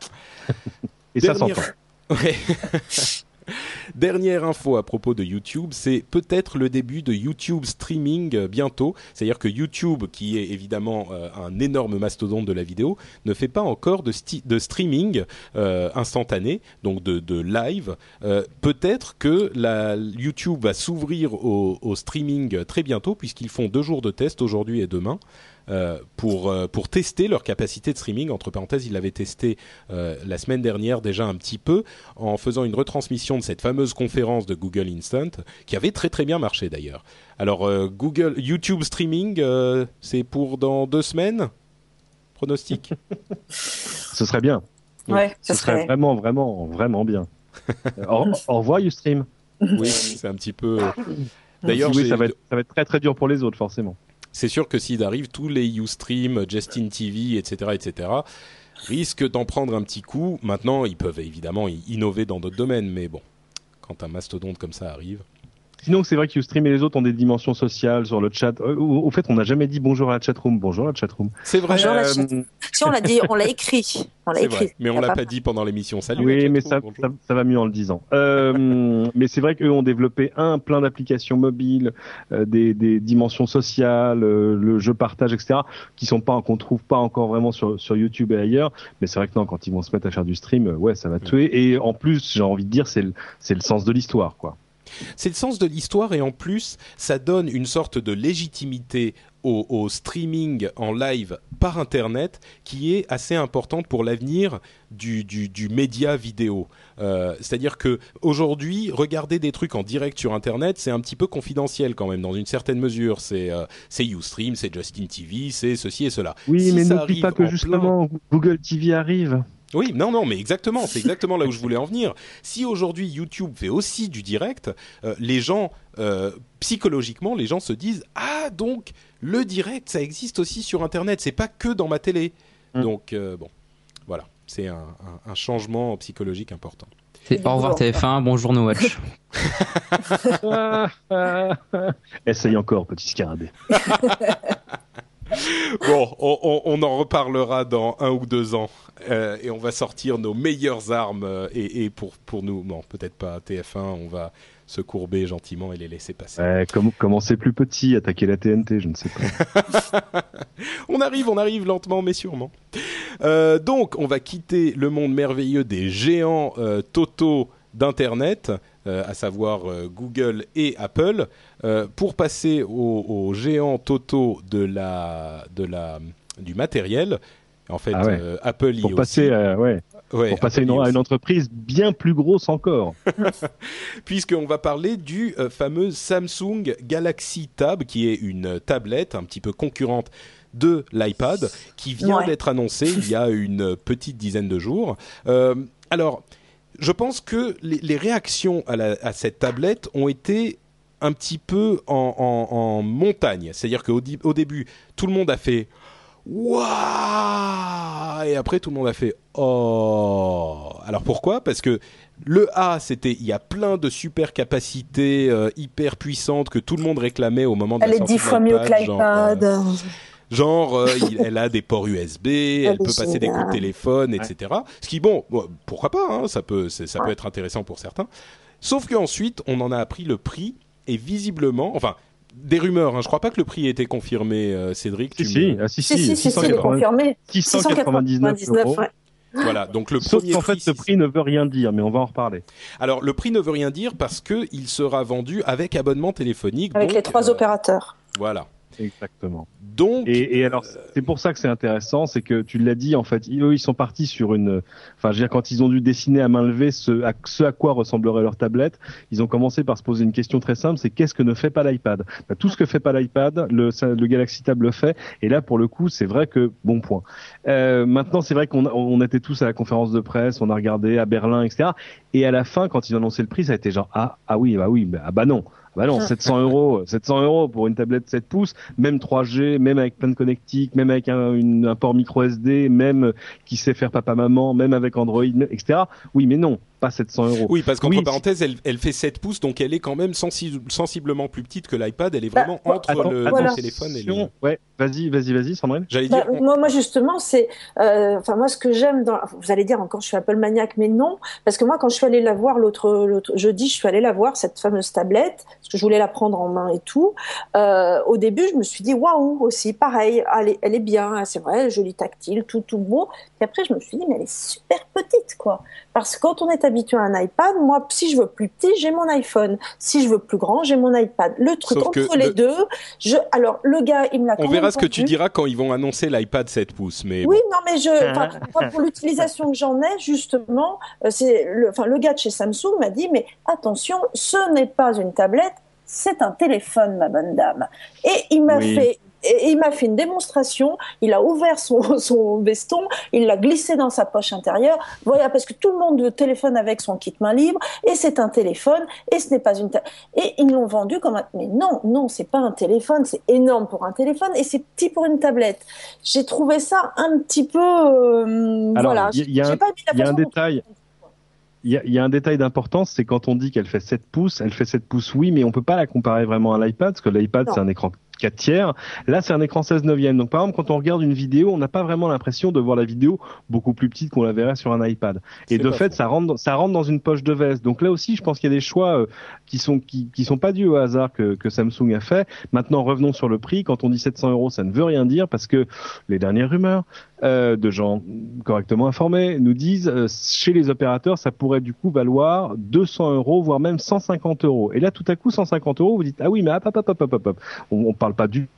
Et ça s'entend. Ouais. Dernière info à propos de YouTube, c'est peut-être le début de YouTube Streaming bientôt. C'est-à-dire que YouTube, qui est évidemment un énorme mastodonte de la vidéo, ne fait pas encore de streaming instantané, donc de live. Peut-être que YouTube va s'ouvrir au streaming très bientôt, puisqu'ils font 2 jours de test aujourd'hui et demain. Pour tester leur capacité de streaming. Entre parenthèses, ils l'avaient testé la semaine dernière déjà un petit peu en faisant une retransmission de cette fameuse conférence de Google Instant qui avait très très bien marché d'ailleurs. Alors YouTube Streaming, c'est pour dans 2 semaines ? Pronostic ? Ce serait bien. Ouais, ce serait vraiment, vraiment, vraiment bien. Au revoir Ustream. Oui, c'est un petit peu... D'ailleurs, oui, ça va être très très dur pour les autres, forcément. C'est sûr que s'il arrive, tous les Ustream, Justin TV, etc., risquent d'en prendre un petit coup. Maintenant, ils peuvent évidemment innover dans d'autres domaines, mais bon, quand un mastodonte comme ça arrive... Sinon, c'est vrai que Ustream et les autres ont des dimensions sociales sur le chat. Au fait, on n'a jamais dit bonjour à la chatroom. Bonjour la chatroom. C'est vrai. Bonjour la chatroom. Si, on l'a dit, on l'a écrit. Vrai, mais on l'a pas dit pendant l'émission. Salut. Oui, mais ça va mieux en le disant. Mais c'est vrai qu'eux ont développé plein d'applications mobiles, des dimensions sociales, le jeu partage, etc., qu'on trouve pas encore vraiment sur YouTube et ailleurs. Mais c'est vrai que non, quand ils vont se mettre à faire du stream, ouais, ça va tuer. Et en plus, j'ai envie de dire, c'est le sens de l'histoire, quoi. C'est le sens de l'histoire et en plus, ça donne une sorte de légitimité au streaming en live par Internet qui est assez importante pour l'avenir du média vidéo. C'est-à-dire que aujourd'hui, regarder des trucs en direct sur Internet, c'est un petit peu confidentiel quand même, dans une certaine mesure. C'est Ustream, c'est Justin TV, c'est ceci et cela. Oui, si mais n'oublie pas que justement Google TV arrive. Oui, non, mais exactement, c'est exactement là où je voulais en venir. Si aujourd'hui YouTube fait aussi du direct, les gens, psychologiquement, les gens se disent « Ah, donc, le direct, ça existe aussi sur Internet, c'est pas que dans ma télé. » Donc, bon, voilà, c'est un changement psychologique important. C'est au revoir TF1, bonjour No Watch. Essaye encore, petit scarabée. Bon, on en reparlera dans 1 ou 2 ans et on va sortir nos meilleures armes et pour nous, bon, peut-être pas TF1, on va se courber gentiment et les laisser passer. Commencer plus petit, attaquer la TNT, je ne sais pas. On arrive lentement mais sûrement. Donc, on va quitter le monde merveilleux des géants totaux d'Internet, à savoir Google et Apple, pour passer aux géants totaux du matériel. En fait, Apple y pour passer, pour passer à une entreprise bien plus grosse encore. Puisqu'on va parler du fameux Samsung Galaxy Tab, qui est une tablette un petit peu concurrente de l'iPad, qui vient d'être annoncée il y a une petite dizaine de jours. Alors, je pense que les réactions à cette tablette ont été un petit peu en montagne. C'est-à-dire qu'au début, tout le monde a fait waouh, et après tout le monde a fait oh. Alors pourquoi ? Parce que le A, c'était il y a plein de super capacités hyper puissantes que tout le monde réclamait au moment de la sortie de l'iPad. Elle est 10 fois mieux que l'iPad. Elle a des ports USB, elle peut passer des coups de téléphone, etc. Ce qui, bon, pourquoi pas, hein, ça peut être intéressant pour certains. Sauf qu'ensuite, on en a appris le prix, et visiblement, enfin, des rumeurs, hein, je crois pas que le prix ait été confirmé, Cédric. Si, il est confirmé. 699 €. Ouais. Voilà, donc le Sauf premier qu'en fait, ce prix ne veut rien dire, mais on va en reparler. Alors, le prix ne veut rien dire parce qu'il sera vendu avec abonnement téléphonique. Avec les 3 opérateurs. Voilà. Exactement. Donc, et alors c'est pour ça que c'est intéressant, c'est que tu l'as dit en fait, eux ils sont partis sur une, enfin je veux dire quand ils ont dû dessiner à main levée ce à quoi ressemblerait leur tablette, ils ont commencé par se poser une question très simple, c'est qu'est-ce que ne fait pas l'iPad ? Tout ce que fait pas l'iPad, le Galaxy Tab le fait, et là pour le coup c'est vrai que bon point. Maintenant c'est vrai qu'on était tous à la conférence de presse, on a regardé à Berlin etc. Et à la fin quand ils ont annoncé le prix, ça a été genre ah non. Bah non, 700 € pour une tablette 7 pouces, même 3G, même avec plein de connectiques, même avec un port micro SD, même qui sait faire papa-maman, même avec Android, etc. Oui, mais non, pas 700 €. Oui, parce qu'entre parenthèses, elle fait 7 pouces, donc elle est quand même sensiblement plus petite que l'iPad. Elle est vraiment entre le téléphone et le... Ouais, vas-y, Sandrine. J'allais dire... Moi, justement, c'est... moi, ce que j'aime dans... Vous allez dire encore, je suis Apple maniaque, mais non. Parce que moi, quand je suis allée la voir l'autre jeudi, je suis allée la voir, cette fameuse tablette, parce que je voulais la prendre en main et tout. Au début, je me suis dit, waouh, aussi, pareil, elle est bien, c'est vrai, jolie tactile, tout beau. Puis après, je me suis dit, mais elle est super petite, quoi. Parce que quand on est habitué à un iPad, moi, si je veux plus petit, j'ai mon iPhone. Si je veux plus grand, j'ai mon iPad. Le truc entre les deux, alors le gars, il me l'a. On verra ce que tu diras quand ils vont annoncer l'iPad 7 pouces, mais oui, bon. Non, mais pour l'utilisation que j'en ai, justement, le gars de chez Samsung m'a dit, mais attention, ce n'est pas une tablette, c'est un téléphone, ma bonne dame. Et il m'a fait une démonstration, il a ouvert son veston, il l'a glissé dans sa poche intérieure, voilà, parce que tout le monde téléphone avec son kit main libre, et c'est un téléphone, et ce n'est pas une et ils l'ont vendu comme mais non, c'est pas un téléphone, c'est énorme pour un téléphone, et c'est petit pour une tablette. J'ai trouvé ça un petit peu, voilà. Il y a un détail. Il y a un détail d'importance, c'est quand on dit qu'elle fait 7 pouces, elle fait 7 pouces, oui, mais on peut pas la comparer vraiment à l'iPad, parce que l'iPad, c'est un écran 4 tiers. Là, c'est un écran 16/9. Donc, par exemple, quand on regarde une vidéo, on n'a pas vraiment l'impression de voir la vidéo beaucoup plus petite qu'on la verrait sur un iPad. Et de fait, ça rentre dans une poche de veste. Donc là aussi, je pense qu'il y a des choix qui sont pas dus au hasard que Samsung a fait. Maintenant, revenons sur le prix. Quand on dit 700 €, ça ne veut rien dire parce que les dernières rumeurs de gens correctement informés nous disent chez les opérateurs, ça pourrait du coup valoir 200 €, voire même 150 €. Et là, tout à coup, 150 €, vous dites ah oui, mais hop. On parle pas du...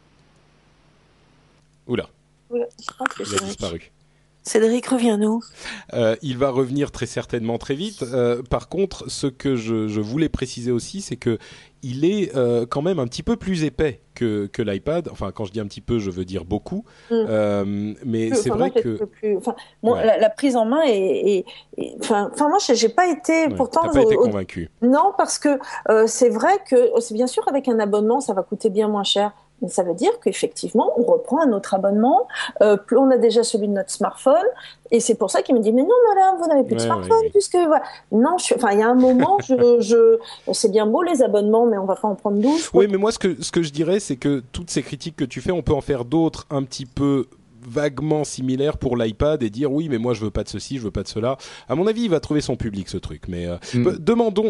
Oula. Il a disparu. Cédric, reviens-nous. Il va revenir très certainement très vite. Par contre, ce que je voulais préciser aussi, c'est que il est quand même un petit peu plus épais que l'iPad. Enfin, quand je dis un petit peu, je veux dire beaucoup. Mais c'est vrai que... la prise en main est... Enfin, moi, j'ai pas été... pourtant, t'as pas été convaincu. Non, parce que c'est vrai que... C'est bien sûr, avec un abonnement, ça va coûter bien moins cher. Mais ça veut dire qu'effectivement, on reprend un autre abonnement. On a déjà celui de notre smartphone. Et c'est pour ça qu'il me dit, mais non, madame, vous n'avez plus de smartphone, puisque, voilà. Non, il y a un moment, c'est bien beau les abonnements, mais on va pas en prendre 12. Oui, mais moi, ce que je dirais, c'est que toutes ces critiques que tu fais, on peut en faire d'autres un petit peu vaguement similaires pour l'iPad et dire oui mais moi je veux pas de ceci, je veux pas de cela. À mon avis il va trouver son public ce truc, mais demandons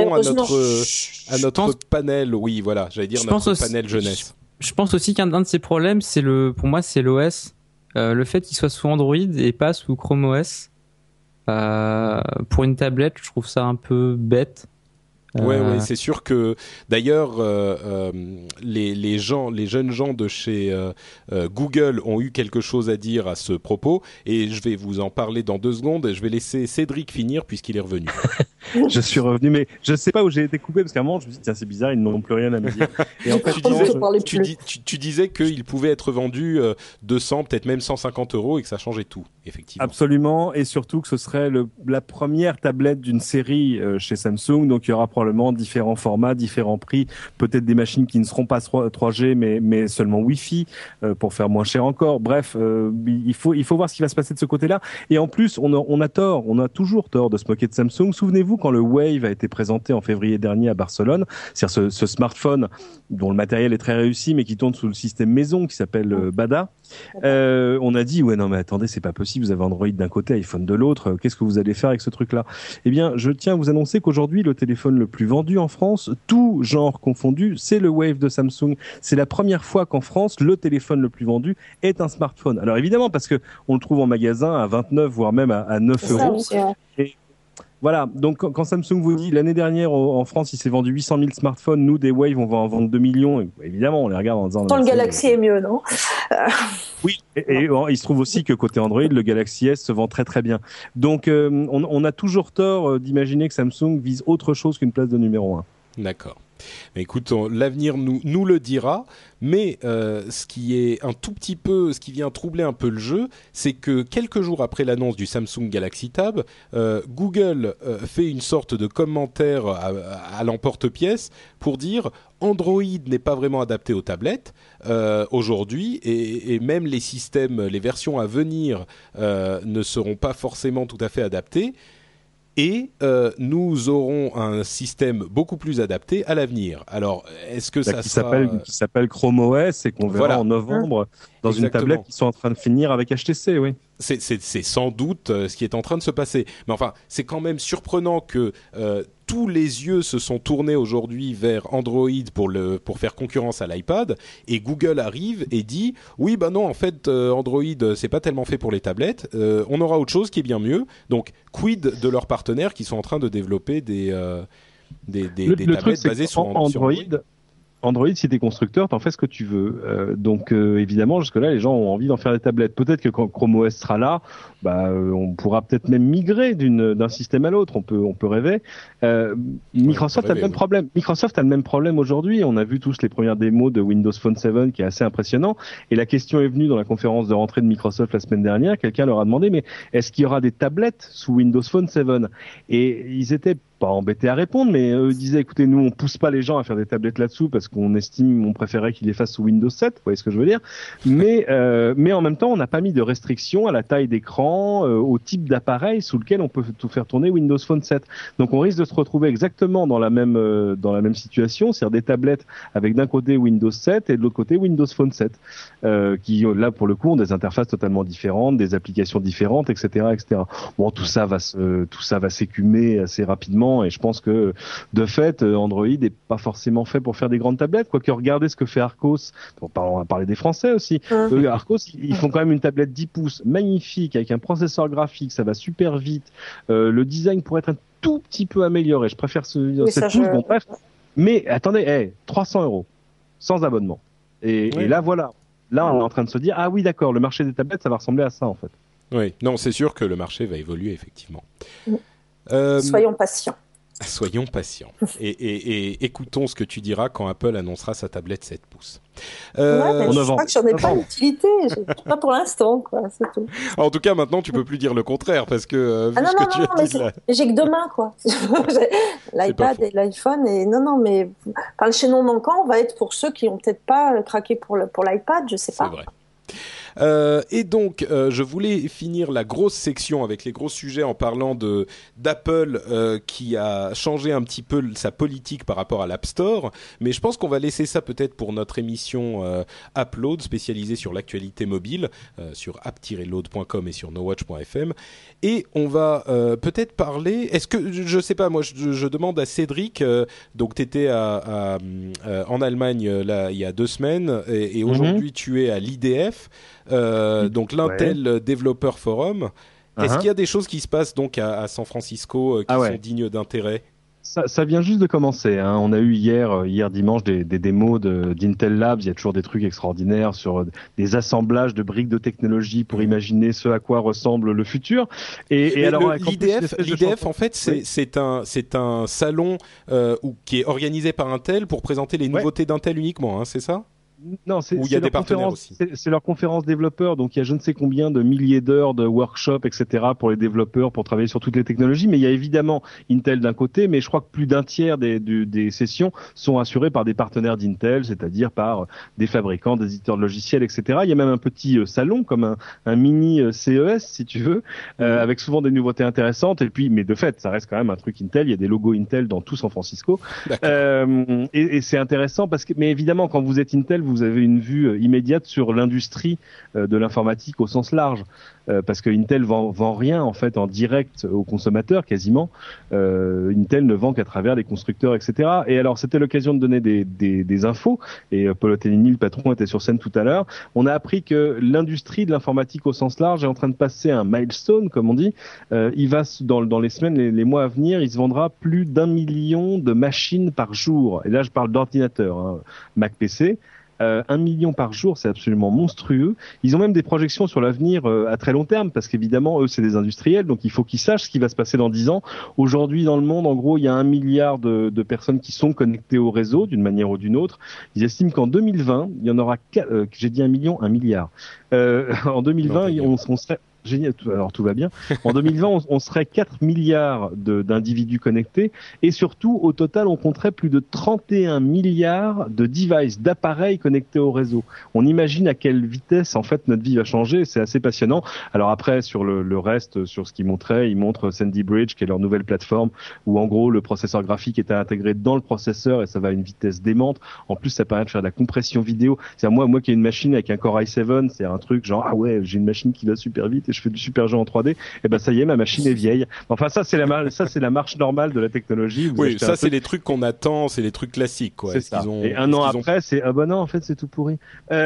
à notre panel, oui voilà, j'allais dire notre panel jeunesse. Je pense aussi qu'un de ses problèmes pour moi c'est l'OS, le fait qu'il soit sous Android et pas sous Chrome OS. Pour une tablette je trouve ça un peu bête. Ouais, c'est sûr que d'ailleurs les jeunes gens de chez Google ont eu quelque chose à dire à ce propos et je vais vous en parler dans 2 secondes et je vais laisser Cédric finir puisqu'il est revenu. Je suis revenu, mais je sais pas où j'ai été coupé parce qu'à un moment je me suis dit tiens c'est bizarre, ils n'ont plus rien à me dire. Et en fait, tu disais qu'il pouvait être vendu 200, peut-être même 150 € et que ça changeait tout. effectivement. Absolument, et surtout que ce serait la première tablette d'une série chez Samsung, donc il y aura probablement différents formats, différents prix, peut-être des machines qui ne seront pas 3G mais seulement Wi-Fi pour faire moins cher encore. Bref, il faut voir ce qui va se passer de ce côté-là. Et en plus, on a toujours tort de se moquer de Samsung. Souvenez-vous quand le Wave a été présenté en février dernier à Barcelone, c'est-à-dire ce smartphone dont le matériel est très réussi mais qui tourne sous le système maison qui s'appelle Bada. On a dit ouais non mais attendez, c'est pas possible, vous avez Android d'un côté, iPhone de l'autre, qu'est-ce que vous allez faire avec ce truc-là? Eh bien, je tiens à vous annoncer qu'aujourd'hui le téléphone le plus vendu en France, tout genre confondu, c'est le Wave de Samsung. C'est la première fois qu'en France le téléphone le plus vendu est un smartphone. Alors évidemment parce que on le trouve en magasin à 29 voire même à 9 euros. Et voilà, donc quand Samsung vous dit l'année dernière en France il s'est vendu 800 000 smartphones, nous des Wave on va en vendre 2 millions, et évidemment on les regarde en disant... Tant le Galaxy est mieux, non? Oui, et il se trouve aussi que côté Android le Galaxy S se vend très très bien. Donc on a toujours tort d'imaginer que Samsung vise autre chose qu'une place de numéro 1. D'accord. Mais écoute, l'avenir nous le dira. Mais ce qui vient troubler un peu le jeu, c'est que quelques jours après l'annonce du Samsung Galaxy Tab, Google fait une sorte de commentaire à l'emporte-pièce pour dire Android n'est pas vraiment adapté aux tablettes aujourd'hui, et même les versions à venir ne seront pas forcément tout à fait adaptées. Et nous aurons un système beaucoup plus adapté à l'avenir. Alors, est-ce que qui s'appelle Chrome OS et qu'on verra en novembre dans une tablette qui sont en train de finir avec HTC, oui. C'est sans doute ce qui est en train de se passer. Mais enfin, c'est quand même surprenant que tous les yeux se sont tournés aujourd'hui vers Android pour faire concurrence à l'iPad, et Google arrive et dit oui bah non, en fait Android c'est pas tellement fait pour les tablettes, on aura autre chose qui est bien mieux. Donc quid de leurs partenaires qui sont en train de développer des tablettes basées sur Android. Android, si t'es constructeur, t'en fais ce que tu veux. Donc évidemment, jusque-là, les gens ont envie d'en faire des tablettes. Peut-être que quand Chrome OS sera là, on pourra peut-être même migrer d'un système à l'autre. On peut rêver. Microsoft a le même problème. Microsoft a le même problème aujourd'hui. On a vu tous les premières démos de Windows Phone 7 qui est assez impressionnant. Et la question est venue dans la conférence de rentrée de Microsoft la semaine dernière. Quelqu'un leur a demandé, mais est-ce qu'il y aura des tablettes sous Windows Phone 7? Et ils étaient pas embêtés à répondre, mais ils disaient écoutez, nous on pousse pas les gens à faire des tablettes là-dessous parce qu'on préférait qu'ils les fassent sous Windows 7, vous voyez ce que je veux dire, mais en même temps on n'a pas mis de restrictions à la taille d'écran, au type d'appareil sous lequel on peut tout faire tourner Windows Phone 7. Donc on risque de se retrouver exactement dans la même situation, c'est-à-dire des tablettes avec d'un côté Windows 7 et de l'autre côté Windows Phone 7 qui là pour le coup ont des interfaces totalement différentes, des applications différentes, etc. Bon, tout ça va s'écumer assez rapidement. Et je pense que de fait Android n'est pas forcément fait pour faire des grandes tablettes, quoique regardez ce que fait Arcos. On va parler des Français aussi. Arcos, ils font quand même une tablette 10 pouces magnifique avec un processeur graphique, ça va super vite, le design pourrait être un tout petit peu amélioré, je préfère cette pouce, bon bref, mais attendez, 300 € sans abonnement et là voilà, là on est en train de se dire ah oui d'accord, le marché des tablettes ça va ressembler à ça en fait. Oui, non c'est sûr que le marché va évoluer effectivement. Soyons patients. Soyons patients. Et écoutons ce que tu diras quand Apple annoncera sa tablette 7 pouces. Je crois que j'en ai pas l'utilité. Pas pour l'instant, quoi. C'est tout. En tout cas, maintenant, tu peux plus dire le contraire parce que vu ce que tu as dit là. J'ai que 2 mains, quoi. L'iPad et l'iPhone. Et mais le chaînon manquant va être pour ceux qui ont peut-être pas craqué pour l'iPad, je sais pas. C'est vrai. Et donc, je voulais finir la grosse section avec les gros sujets en parlant d'Apple qui a changé un petit peu sa politique par rapport à l'App Store. Mais je pense qu'on va laisser ça peut-être pour notre émission Upload spécialisée sur l'actualité mobile sur app-load.com et sur nowatch.fm. Et on va peut-être parler... Est-ce que, je sais pas, moi je demande à Cédric, donc tu étais en Allemagne là, il y a 2 semaines et aujourd'hui tu es à l'IDF. Donc l'Intel Developer Forum. Est-ce qu'il y a des choses qui se passent donc à San Francisco qui sont dignes d'intérêt? Ça vient juste de commencer, hein. On a eu hier dimanche des démos d'Intel Labs. Il y a toujours des trucs extraordinaires sur des assemblages de briques de technologie pour imaginer ce à quoi ressemble le futur. Et alors l'IDF en fait c'est un salon qui est organisé par Intel pour présenter les nouveautés d'Intel uniquement, hein, c'est ça? Non, Ou il y a des partenaires aussi. C'est leur conférence développeurs, donc il y a je ne sais combien de milliers d'heures de workshops, etc. pour les développeurs, pour travailler sur toutes les technologies. Mais il y a évidemment Intel d'un côté, mais je crois que plus d'un tiers des sessions sont assurées par des partenaires d'Intel, c'est-à-dire par des fabricants, des éditeurs de logiciels, etc. Il y a même un petit salon, comme un mini CES, si tu veux, avec souvent des nouveautés intéressantes. Et puis, mais de fait, ça reste quand même un truc Intel. Il y a des logos Intel dans tout San Francisco. Et c'est intéressant parce que, mais évidemment, quand vous êtes Intel, vous avez une vue immédiate sur l'industrie de l'informatique au sens large, parce que Intel vend rien en fait en direct aux consommateurs quasiment. Intel ne vend qu'à travers les constructeurs, etc. Et alors c'était l'occasion de donner des infos. Et Paul Otellini, le patron, était sur scène tout à l'heure. On a appris que l'industrie de l'informatique au sens large est en train de passer un milestone, comme on dit. Il va dans les semaines, les mois à venir, il se vendra plus d'1 million de machines par jour. Et là, je parle d'ordinateurs, Mac PC. 1 million par jour, c'est absolument monstrueux. Ils ont même des projections sur l'avenir à très long terme, parce qu'évidemment, eux, c'est des industriels, donc il faut qu'ils sachent ce qui va se passer dans 10 ans. Aujourd'hui, dans le monde, en gros, il y a 1 milliard de personnes qui sont connectées au réseau, d'une manière ou d'une autre. Ils estiment qu'en 2020, il y en aura, j'ai dit 1 million, 1 milliard. En 2020, on serait... Génial, alors tout va bien. En 2020, on serait 4 milliards d'individus connectés et surtout, au total, on compterait plus de 31 milliards de devices, d'appareils connectés au réseau. On imagine à quelle vitesse, en fait, notre vie va changer. C'est assez passionnant. Alors après, sur le reste, sur ce qu'ils montraient, ils montrent Sandy Bridge, qui est leur nouvelle plateforme, où en gros, le processeur graphique est intégré dans le processeur et ça va à une vitesse démente. En plus, ça permet de faire de la compression vidéo. C'est-à-dire, moi qui ai une machine avec un Core i7, c'est un truc genre, ah ouais, j'ai une machine qui va super vite et je fais du super jeu en 3D, et ben ça y est, ma machine est vieille. Enfin ça c'est la marche normale de la technologie. Oui, ça c'est les trucs qu'on attend, c'est les trucs classiques quoi. C'est ça. Et un an après, c'est ah bah non, en fait c'est tout pourri.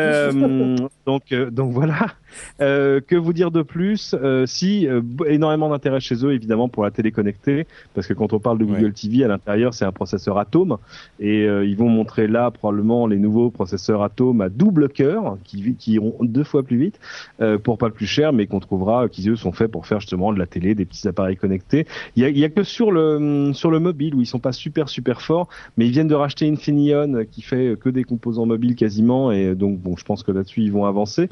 Donc voilà. Que vous dire de plus? Énormément d'intérêt chez eux évidemment pour la télé connectée, parce que quand on parle de Google TV, à l'intérieur c'est un processeur Atom, et ils vont montrer là probablement les nouveaux processeurs Atom à double cœur qui iront 2 fois plus vite pour pas le plus cher, mais qu'on trouvera qui eux sont faits pour faire justement de la télé, des petits appareils connectés. Il y a que sur le mobile où ils sont pas super forts, mais ils viennent de racheter Infineon qui fait que des composants mobiles quasiment, et donc bon, je pense que là-dessus ils vont avancer.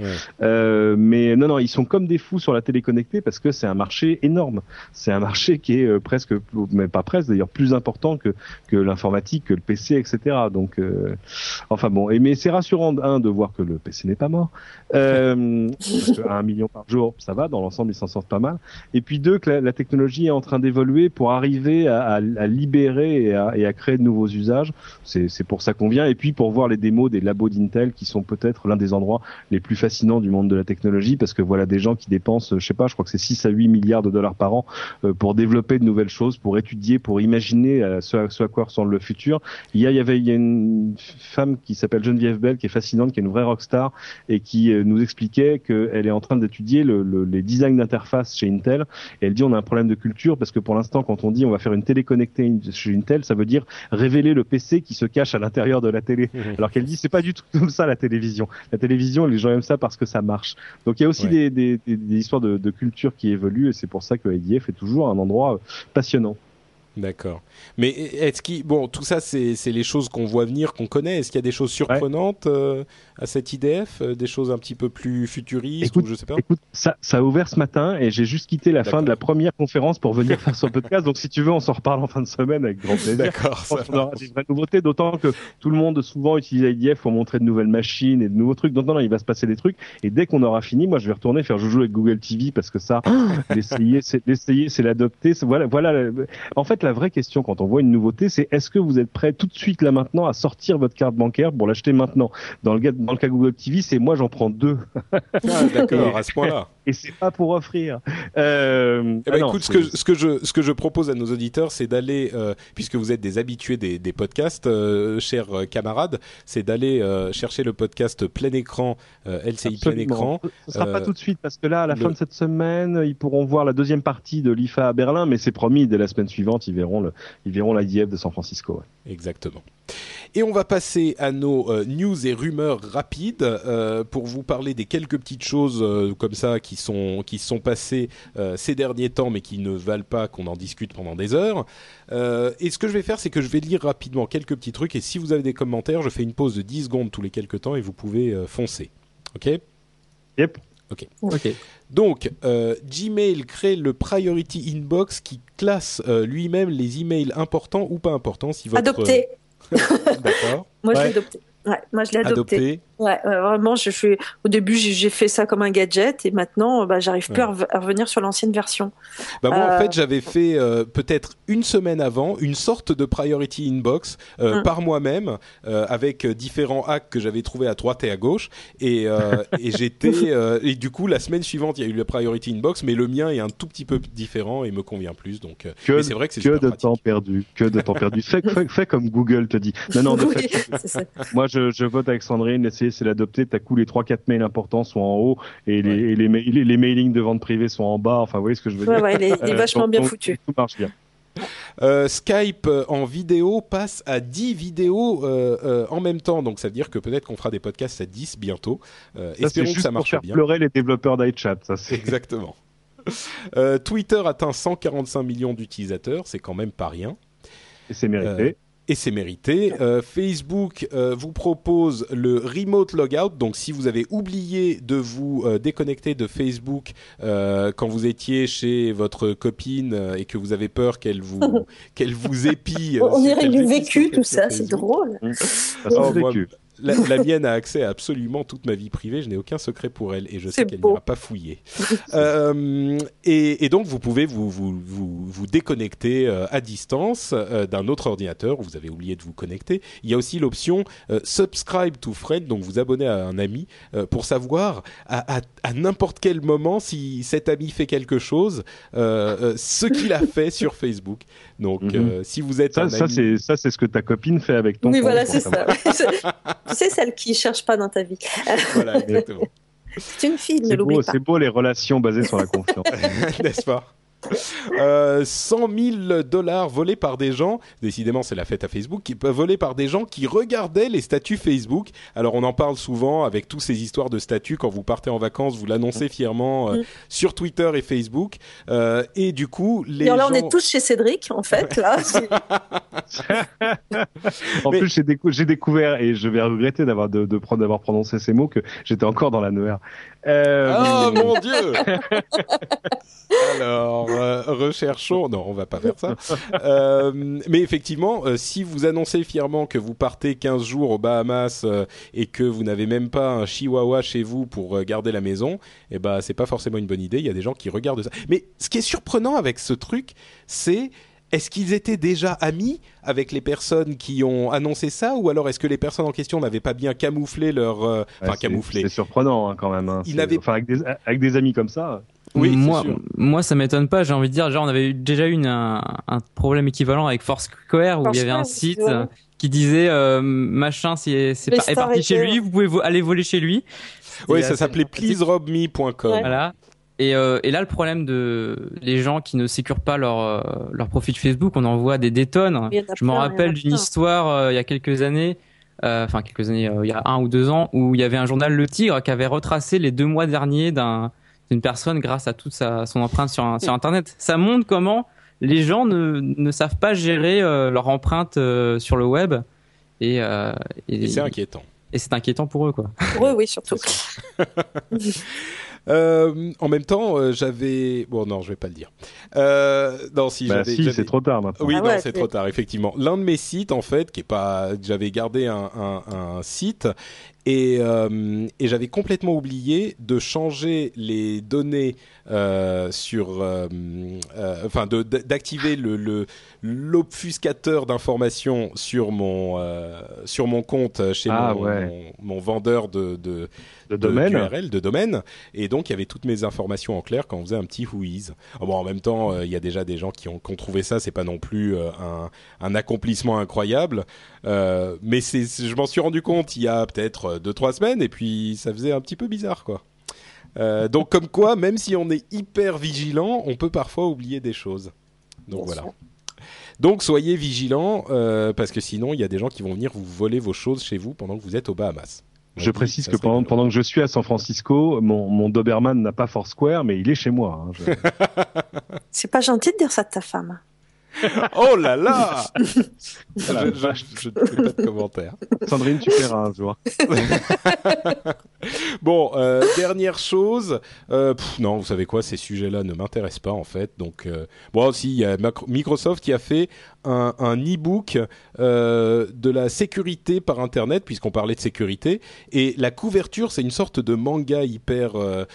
Mais non, ils sont comme des fous sur la télé connectée parce que c'est un marché énorme. C'est un marché qui est presque, mais pas presque d'ailleurs, plus important que l'informatique, que le PC, etc. Donc enfin bon, mais c'est rassurant de voir que le PC n'est pas mort. Parce que 1 million par jour, ça va, dans l'ensemble ils s'en sortent pas mal. Et puis 2, que la technologie est en train d'évoluer pour arriver à libérer et à créer de nouveaux usages. C'est pour ça qu'on vient. Et puis pour voir les démos des labos d'Intel qui sont peut-être l'un des endroits les plus fascinants du monde de la technologie, parce que voilà des gens qui dépensent, je sais pas, je crois que c'est 6 à 8 milliards de dollars par an pour développer de nouvelles choses, pour étudier, pour imaginer ce à quoi ressemble le futur. Il y a une femme qui s'appelle Geneviève Bell qui est fascinante, qui est une vraie rockstar et qui nous expliquait qu'elle est en train d'étudier les designs d'interface chez Intel, et elle dit on a un problème de culture parce que pour l'instant quand on dit on va faire une télé connectée chez Intel, ça veut dire révéler le PC qui se cache à l'intérieur de la télé. Alors qu'elle dit c'est pas du tout comme ça la télévision. La télévision, les gens aiment ça parce que ça marche. Donc il y a aussi des histoires de culture qui évoluent, et c'est pour ça que IDF est toujours un endroit passionnant. D'accord. Mais est-ce tout ça, c'est les choses qu'on voit venir, qu'on connaît. Est-ce qu'il y a des choses surprenantes à cette IDF, des choses un petit peu plus futuristes, ou je sais pas. Écoute, ça a ouvert ce matin et j'ai juste quitté la fin de la première conférence pour venir faire ce podcast. Donc si tu veux, on s'en reparle en fin de semaine avec grand plaisir. D'accord. On aura des vraies nouveautés, d'autant que tout le monde souvent utilise IDF pour montrer de nouvelles machines et de nouveaux trucs. Donc non, il va se passer des trucs. Et dès qu'on aura fini, moi je vais retourner faire joujou avec Google TV, parce que ça, l'essayer, c'est l'adopter. Voilà. En fait, la vraie question quand on voit une nouveauté, c'est est-ce que vous êtes prêt tout de suite là maintenant à sortir votre carte bancaire pour l'acheter maintenant? Dans le cas Google TV, c'est moi j'en prends 2. D'accord, à ce point-là. Et c'est pas pour offrir. Écoute, ce que je propose à nos auditeurs, c'est d'aller, puisque vous êtes des habitués des podcasts, chers camarades, c'est d'aller chercher le podcast Plein Écran, LCI Plein Écran. Ce sera pas tout de suite, parce que là, à la fin de cette semaine, ils pourront voir la deuxième partie de l'IFA à Berlin, mais c'est promis, dès la semaine suivante, ils verront l'IDF de San Francisco. Ouais. Exactement. Et on va passer à nos news et rumeurs rapides pour vous parler des quelques petites choses comme ça qui sont passées ces derniers temps mais qui ne valent pas qu'on en discute pendant des heures. Et ce que je vais faire, c'est que je vais lire rapidement quelques petits trucs et si vous avez des commentaires, je fais une pause de 10 secondes tous les quelques temps et vous pouvez foncer. OK ? Yep. OK. Donc, Gmail crée le Priority Inbox qui classe lui-même les emails importants ou pas importants. Si votre... Adopté. D'accord. Moi, je l'ai adopté. Ouais, moi, je l'ai adopté. Ouais, vraiment, au début, j'ai fait ça comme un gadget et maintenant, j'arrive plus à revenir sur l'ancienne version. Moi, en fait, j'avais fait peut-être une semaine avant une sorte de Priority Inbox par moi-même avec différents hacks que j'avais trouvés à droite et à gauche et et du coup, la semaine suivante, il y a eu le Priority Inbox, mais le mien est un tout petit peu différent et me convient plus. Donc, mais c'est vrai que c'est super pratique. Que de temps perdu. Fais comme Google te dit. Non, oui, c'est ça. Moi, je vote avec Sandrine. L'essayer, c'est l'adopter. T'as coup, les 3-4 mails importants sont en haut et les mailings de vente privée sont en bas. Enfin, vous voyez ce que je veux dire. Ouais, il est vachement bien foutu. Tout marche bien. Skype en vidéo passe à 10 vidéos en même temps. Donc, ça veut dire que peut-être qu'on fera des podcasts à 10 bientôt. Espérons que ça marche bien. Pour faire pleurer les développeurs d'iChat. Ça, c'est... Exactement. Twitter atteint 145 millions d'utilisateurs. C'est quand même pas rien. Et c'est mérité. Facebook vous propose le Remote Logout. Donc, si vous avez oublié de vous déconnecter de Facebook quand vous étiez chez votre copine et que vous avez peur qu'elle vous épie. On dirait du vécu, tout ça, c'est drôle. La mienne a accès à absolument toute ma vie privée. Je n'ai aucun secret pour elle et je sais qu'elle n'ira pas fouiller. Et donc, vous pouvez vous déconnecter à distance d'un autre ordinateur où vous avez oublié de vous connecter. Il y a aussi l'option Subscribe to Friend, donc vous abonner à un ami pour savoir à n'importe quel moment si cet ami fait quelque chose, ce qu'il a fait sur Facebook. Donc, si vous êtes c'est ce que ta copine fait avec ton compte. Oui, voilà, c'est ça. Tu sais, celle qui cherche pas dans ta vie. Voilà, exactement. C'est une fille, ne l'oublie pas. C'est beau les relations basées sur la confiance. N'est-ce pas? $100,000 volés par des gens, décidément c'est la fête à Facebook, qui peuvent voler par des gens qui regardaient les statuts Facebook. Alors on en parle souvent avec toutes ces histoires de statuts, quand vous partez en vacances, vous l'annoncez fièrement sur Twitter et Facebook, et du coup les gens... on est tous chez Cédric en fait là. En plus j'ai découvert, et je vais regretter d'avoir prononcé ces mots, que j'étais encore dans la Noël. Oh mon Dieu. Alors, recherchons... Non, on va pas faire ça. Mais effectivement, si vous annoncez fièrement que vous partez 15 jours aux Bahamas et que vous n'avez même pas un chihuahua chez vous pour garder la maison, c'est pas forcément une bonne idée. Il y a des gens qui regardent ça. Mais ce qui est surprenant avec ce truc, c'est... Est-ce qu'ils étaient déjà amis avec les personnes qui ont annoncé ça, ou alors est-ce que les personnes en question n'avaient pas bien camouflé leur... camouflé. C'est surprenant quand même. Avec des amis comme ça... Oui, moi, ça m'étonne pas. J'ai envie de dire, on avait déjà eu un problème équivalent avec Foursquare où il y avait un site qui disait machin, est parti chez lui, vous pouvez aller voler chez lui. Oui, ça s'appelait pleaserobme.com. Ouais. Voilà. Et là, le problème de les gens qui ne sécurent pas leur profil Facebook, on en voit des tonnes. Je me rappelle d'une histoire il y a quelques années. Il y a 1 ou 2 ans, où il y avait un journal Le Tigre qui avait retracé les 2 mois derniers d'une personne grâce à toute son empreinte sur Internet. Ça montre comment les gens ne savent pas gérer leur empreinte sur le web et c'est inquiétant. Et c'est inquiétant pour eux, quoi. Pour eux, oui, surtout. En même temps, j'avais... Bon, non, je vais pas le dire. Si, c'est trop tard maintenant. Oui, c'est trop tard, effectivement. L'un de mes sites, en fait, j'avais gardé un site et j'avais complètement oublié de changer les données d'activer l'obfuscateur d'informations sur mon compte chez mon vendeur de domaine. de domaine, et donc il y avait toutes mes informations en clair quand on faisait un petit whois. En même temps, il y a déjà des gens qui ont trouvé ça, c'est pas non plus un accomplissement incroyable, mais je m'en suis rendu compte il y a peut-être 2-3 semaines, et puis ça faisait un petit peu bizarre, quoi. Donc comme quoi, même si on est hyper vigilant, on peut parfois oublier des choses. Donc voilà. Donc soyez vigilants parce que sinon il y a des gens qui vont venir vous voler vos choses chez vous pendant que vous êtes aux Bahamas. Je précise que pendant que je suis à San Francisco, mon Doberman n'a pas Foursquare, mais il est chez moi. C'est pas gentil de dire ça de ta femme. Oh là là. Je ne fais pas de commentaires. Sandrine, tu paieras un jour. Bon, dernière chose. Non, vous savez quoi, ces sujets-là ne m'intéressent pas en fait. Donc, bon, si, il y a Microsoft qui a fait un e-book de la sécurité par Internet, puisqu'on parlait de sécurité. Et la couverture, c'est une sorte de manga hyper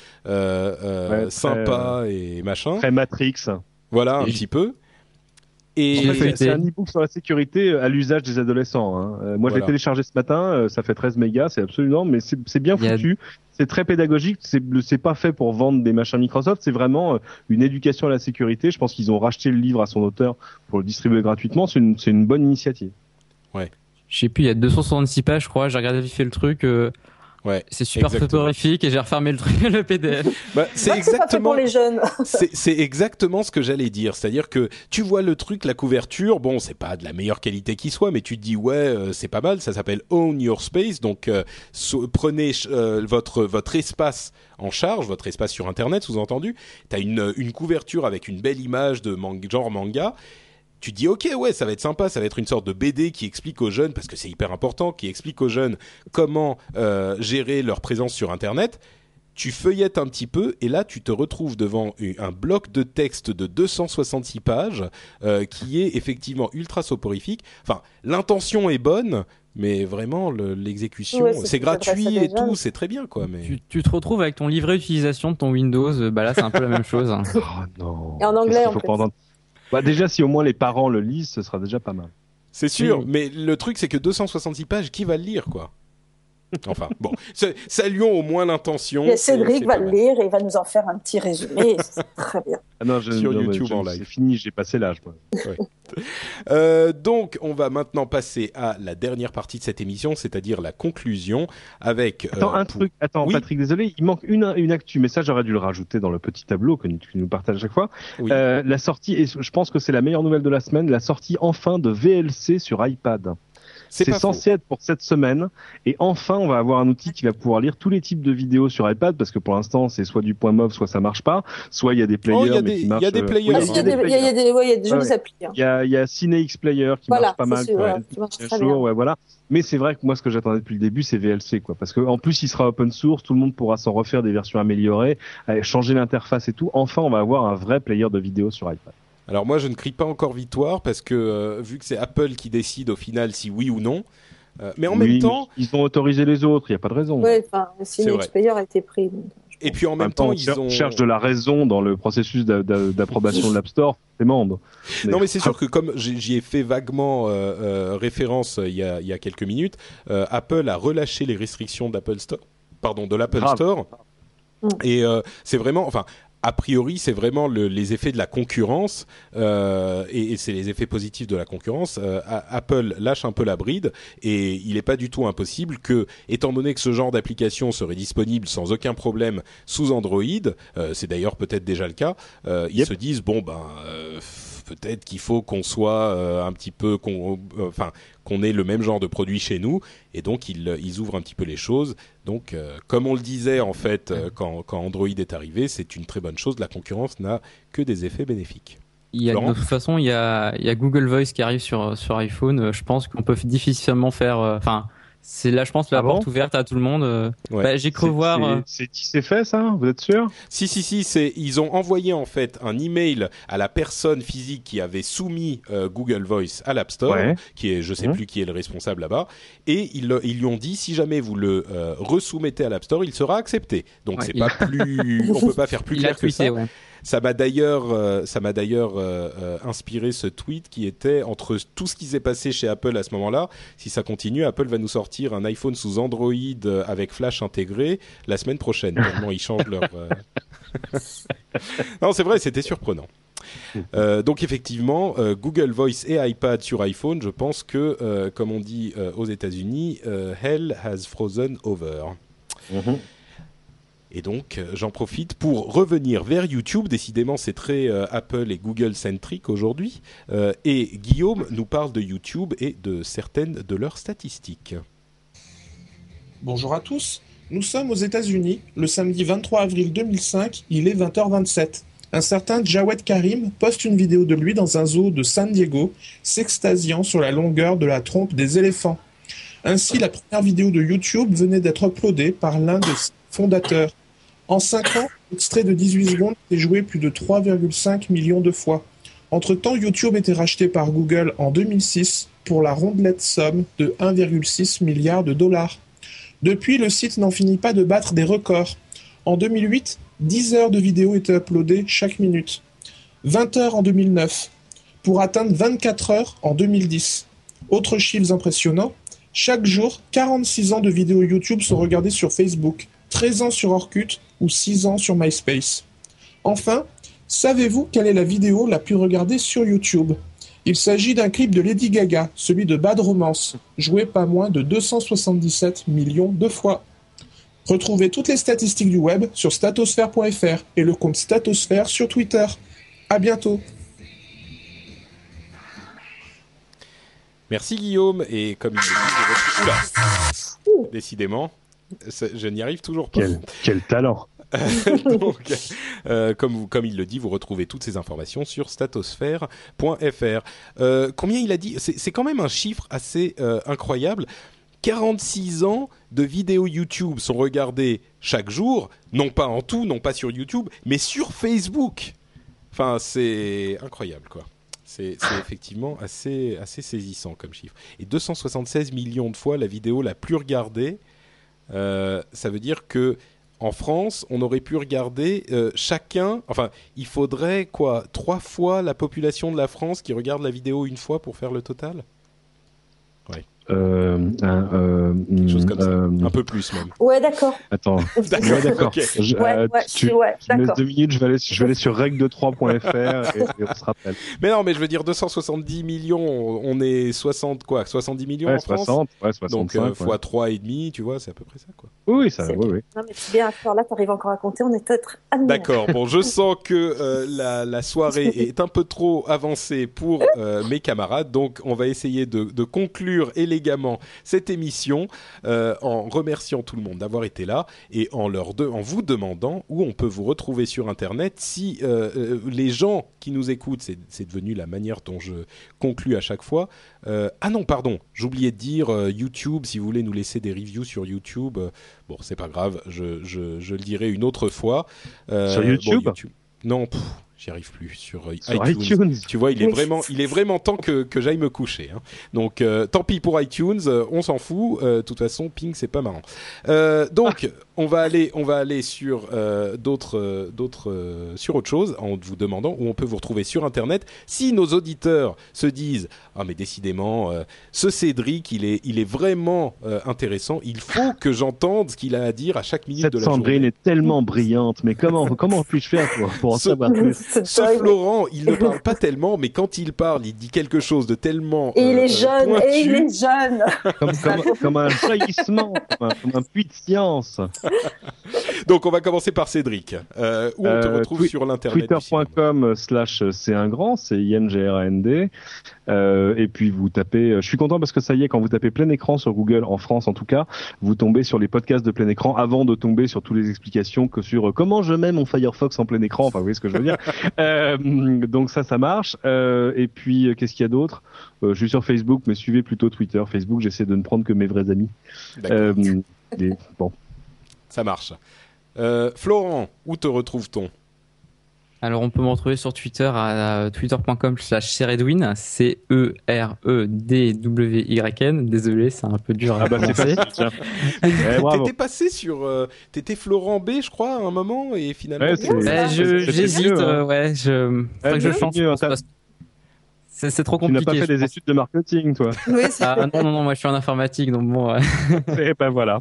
sympa et machin. Très Matrix. Voilà, un petit peu. Et c'est un e-book sur la sécurité à l'usage des adolescents. Moi, voilà. Je l'ai téléchargé ce matin. Ça fait 13 mégas, c'est absolument, mais c'est bien foutu. C'est très pédagogique. C'est pas fait pour vendre des machins Microsoft. C'est vraiment une éducation à la sécurité. Je pense qu'ils ont racheté le livre à son auteur pour le distribuer gratuitement. C'est une bonne initiative. Ouais. Je sais plus. Il y a 266 pages, je crois. J'ai regardé vite fait le truc. Ouais, c'est super soporifique et j'ai refermé le PDF. C'est exactement pas fait pour les jeunes. c'est exactement ce que j'allais dire, c'est-à-dire que tu vois le truc, la couverture, bon, c'est pas de la meilleure qualité qui soit, mais tu te dis c'est pas mal, ça s'appelle Own Your Space, donc prenez votre espace en charge, votre espace sur internet, sous-entendu. T'as une couverture avec une belle image de genre manga. Tu te dis ok, ouais, ça va être sympa, ça va être une sorte de BD qui explique aux jeunes, parce que c'est hyper important, qui explique aux jeunes comment gérer leur présence sur Internet. Tu feuillettes un petit peu et là tu te retrouves devant un bloc de texte de 266 pages qui est effectivement ultra soporifique. Enfin, l'intention est bonne, mais vraiment l'exécution, c'est gratuit et tout, c'est très bien quoi. Mais tu te retrouves avec ton livret d'utilisation de ton Windows, bah là c'est un peu la même chose. Oh non. Et en anglais en plus. Déjà, si au moins les parents le lisent, ce sera déjà pas mal. C'est sûr, mais le truc, c'est que 266 pages, qui va le lire, quoi ? Enfin, bon, saluons au moins l'intention. Et Cédric va le lire et il va nous en faire un petit résumé. C'est très bien. Ah non, sur YouTube en live. C'est fini, j'ai passé l'âge. Ouais. Donc, on va maintenant passer à la dernière partie de cette émission, c'est-à-dire la conclusion avec... Attends, oui. Patrick, désolé, il manque une actu, mais ça, j'aurais dû le rajouter dans le petit tableau que tu nous partages à chaque fois. Oui. La sortie, et je pense que c'est la meilleure nouvelle de la semaine, la sortie enfin de VLC sur iPad. C'est censé être pour cette semaine et enfin on va avoir un outil qui va pouvoir lire tous les types de vidéos sur iPad parce que pour l'instant c'est soit du point MOV soit ça marche pas, soit il y a des players qui marchent. Il y a des players. Il y a des jolies applis. Hein. Il y a CineX Player qui marche pas mal. Qui marche très bien. Ouais, voilà. Mais c'est vrai que moi ce que j'attendais depuis le début c'est VLC quoi parce que en plus il sera open source, tout le monde pourra s'en refaire des versions améliorées, changer l'interface et tout. Enfin on va avoir un vrai player de vidéos sur iPad. Alors moi je ne crie pas encore victoire parce que vu que c'est Apple qui décide au final si oui ou non, mais en même temps ils ont autorisé les autres, il y a pas de raison. Ouais, enfin CineX Player a été pris. Donc, et puis en même temps ils cherchent de la raison dans le processus d'approbation de l'App Store, c'est monde. Non mais c'est sûr que comme j'y ai fait vaguement référence il y a quelques minutes, Apple a relâché les restrictions de l'Apple Store. Et c'est vraiment a priori, c'est vraiment les effets de la concurrence et c'est les effets positifs de la concurrence. Apple lâche un peu la bride et il n'est pas du tout impossible que, étant donné que ce genre d'application serait disponible sans aucun problème sous Android, c'est d'ailleurs peut-être déjà le cas, ils se disent peut-être qu'il faut qu'on soit un petit peu, qu'on ait le même genre de produit chez nous, et donc ils ouvrent un petit peu les choses. Donc, comme on le disait en fait quand Android est arrivé, c'est une très bonne chose. La concurrence n'a que des effets bénéfiques. De toute façon, il y a Google Voice qui arrive sur iPhone. Je pense qu'on peut difficilement faire. C'est là, je pense, la porte ouverte à tout le monde. Ouais. J'ai cru voir. C'est fait ça, vous êtes sûr ? Si. Ils ont envoyé en fait un email à la personne physique qui avait soumis Google Voice à l'App Store, qui est, je sais plus qui est le responsable là-bas, et ils lui ont dit si jamais vous le resoumettez à l'App Store, il sera accepté. Donc c'est pas plus, on peut pas faire plus clair que ça. Ouais. Ça m'a d'ailleurs inspiré ce tweet qui était entre tout ce qui s'est passé chez Apple à ce moment-là. Si ça continue, Apple va nous sortir un iPhone sous Android avec Flash intégré la semaine prochaine. Tellement ils changent leur. Non, c'est vrai, c'était surprenant. Donc effectivement, Google Voice et iPad sur iPhone, je pense que, comme on dit aux États-Unis, hell has frozen over. Et donc, j'en profite pour revenir vers YouTube. Décidément, c'est très Apple et Google-centrique aujourd'hui. Et Guillaume nous parle de YouTube et de certaines de leurs statistiques. Bonjour à tous. Nous sommes aux États-Unis. Le samedi 23 avril 2005, il est 20h27. Un certain Jawed Karim poste une vidéo de lui dans un zoo de San Diego, s'extasiant sur la longueur de la trompe des éléphants. Ainsi, la première vidéo de YouTube venait d'être uploadée par l'un de ses fondateurs. En 5 ans, l'extrait de 18 secondes était joué plus de 3,5 millions de fois. Entre-temps, YouTube était racheté par Google en 2006 pour la rondelette somme de 1,6 milliard de dollars. Depuis, le site n'en finit pas de battre des records. En 2008, 10 heures de vidéos étaient uploadées chaque minute. 20 heures en 2009, pour atteindre 24 heures en 2010. Autres chiffres impressionnants, chaque jour, 46 ans de vidéos YouTube sont regardées sur Facebook, 13 ans sur Orkut ou 6 ans sur MySpace. Enfin, savez-vous quelle est la vidéo la plus regardée sur YouTube ? Il s'agit d'un clip de Lady Gaga, celui de Bad Romance, joué pas moins de 277 millions de fois. Retrouvez toutes les statistiques du web sur statosphère.fr et le compte Statosphère sur Twitter. À bientôt. Merci Guillaume. Et comme il le dit, oula, décidément, je n'y arrive toujours pas. Quel talent. Donc, comme il le dit, vous retrouvez toutes ces informations sur statosphère.fr. Combien il a dit ? C'est quand même un chiffre assez incroyable. 46 ans de vidéos YouTube sont regardées chaque jour, non pas en tout, non pas sur YouTube, mais sur Facebook. Enfin, c'est incroyable, quoi. C'est effectivement assez saisissant comme chiffre. Et 276 millions de fois la vidéo la plus regardée, ça veut dire que en France, on aurait pu regarder chacun... Enfin, il faudrait, 3 fois la population de la France qui regarde la vidéo une fois pour faire le total ? Ouais. Quelque chose comme ça. Un peu plus même. Ouais, d'accord. Attends. D'accord. Ouais, d'accord. Okay. Tu me laisses 2 minutes, je vais aller sur règle-de-3.fr et on se rappelle. Mais non, mais je veux dire 270 millions, on est 70 millions en France. 65. Donc fois 3,5, tu vois, c'est à peu près ça, quoi. Oui, ça, oui. Non, mais c'est bien, alors là, t'arrives encore à compter, on est peut-être admirable. D'accord, bon, je sens que la soirée est un peu trop avancée pour mes camarades, donc on va essayer de conclure élégamment cette émission en remerciant tout le monde d'avoir été là et en vous demandant où on peut vous retrouver sur Internet. Si les gens qui nous écoutent, c'est devenu la manière dont je conclue à chaque fois. Ah non, pardon, j'oubliais de dire YouTube, si vous voulez nous laisser des reviews sur YouTube, bon, c'est pas grave, je le dirai une autre fois. Sur YouTube, bon, YouTube. Non, j'y arrive plus sur iTunes. Tu vois, il est vraiment temps que j'aille me coucher. Hein. Donc, tant pis pour iTunes, on s'en fout. De toute façon, ping, c'est pas marrant. Donc, on va aller sur sur autre chose en vous demandant où on peut vous retrouver sur Internet. Si nos auditeurs se disent mais décidément, ce Cédric, il est vraiment intéressant. Il faut que j'entende ce qu'il a à dire à chaque minute de la journée. Sandrine est tellement brillante, mais comment puis-je faire pour en savoir plus? Ce Florent, il ne parle pas tellement, mais quand il parle, il dit quelque chose de tellement et il est jeune, pointu. et il est jeune. Comme un jaillissement, comme un puits de science. Donc on va commencer par Cédric. Où on te retrouve sur l'internet? Twitter.com/c'est-un-grand, c'est INGRAND. Et puis vous tapez, je suis content parce que ça y est, quand vous tapez plein écran sur Google, en France en tout cas, vous tombez sur les podcasts de plein écran avant de tomber sur toutes les explications que sur comment je mets mon Firefox en plein écran, enfin vous voyez ce que je veux dire. Donc ça marche. Et puis qu'est-ce qu'il y a d'autre? Je suis sur Facebook, mais suivez plutôt Twitter. Facebook, j'essaie de ne prendre que mes vrais amis. Bon. Ça marche. Florent, où te retrouve-t-on? Alors, on peut me retrouver sur Twitter à twitter.com/Ceredwin, CEREDWYN. Désolé, c'est un peu dur à prononcer. T'étais passé sur... t'étais Florent B, je crois, à un moment, et finalement... J'hésite, que je change. C'est trop compliqué. Tu n'as pas fait des études de marketing, toi? Oui, non, moi je suis en informatique, donc bon... Et ben voilà.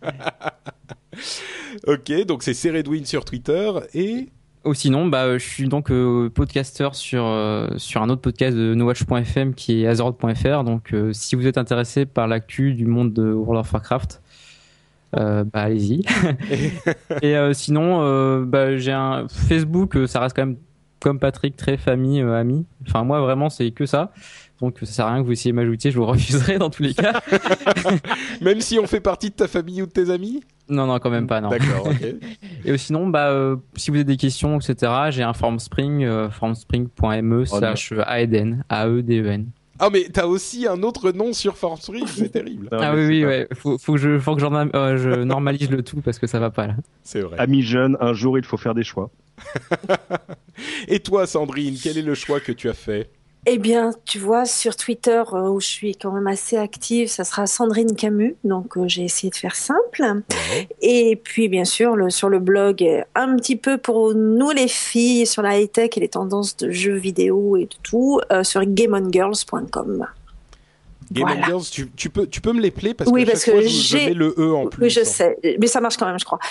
Ok, donc c'est Ceredwin sur Twitter, et... Ou sinon, je suis donc podcasteur sur un autre podcast de nowatch.fm qui est azeroth.fr. Donc, si vous êtes intéressé par l'actu du monde de World of Warcraft, allez-y. Et sinon, j'ai un Facebook, ça reste quand même comme Patrick, très famille, ami. Enfin moi vraiment c'est que ça. Donc ça sert à rien que vous essayiez de m'ajouter, je vous refuserai dans tous les cas. Même si on fait partie de ta famille ou de tes amis ? Non, quand même pas, non. D'accord, ok. Et sinon, si vous avez des questions, etc., j'ai un Formspring, formspring.me/aeden, AEDEN. Ah mais t'as aussi un autre nom sur Formspring, c'est terrible. Non, oui, ouais. Faut que je normalise le tout parce que ça va pas là. C'est vrai. Amis jeunes, un jour il faut faire des choix. Et toi, Sandrine, quel est le choix que tu as fait ? Eh bien, tu vois, sur Twitter, où je suis quand même assez active, ça sera Sandrine Camus, donc j'ai essayé de faire simple. Ouais. Et puis, bien sûr, sur le blog, un petit peu pour nous les filles, sur la high-tech et les tendances de jeux vidéo et de tout, sur gameongirls.com. Game on Girls, tu peux me les player parce que chaque fois je mets le E en plus. Oui, je sais, mais ça marche quand même, je crois.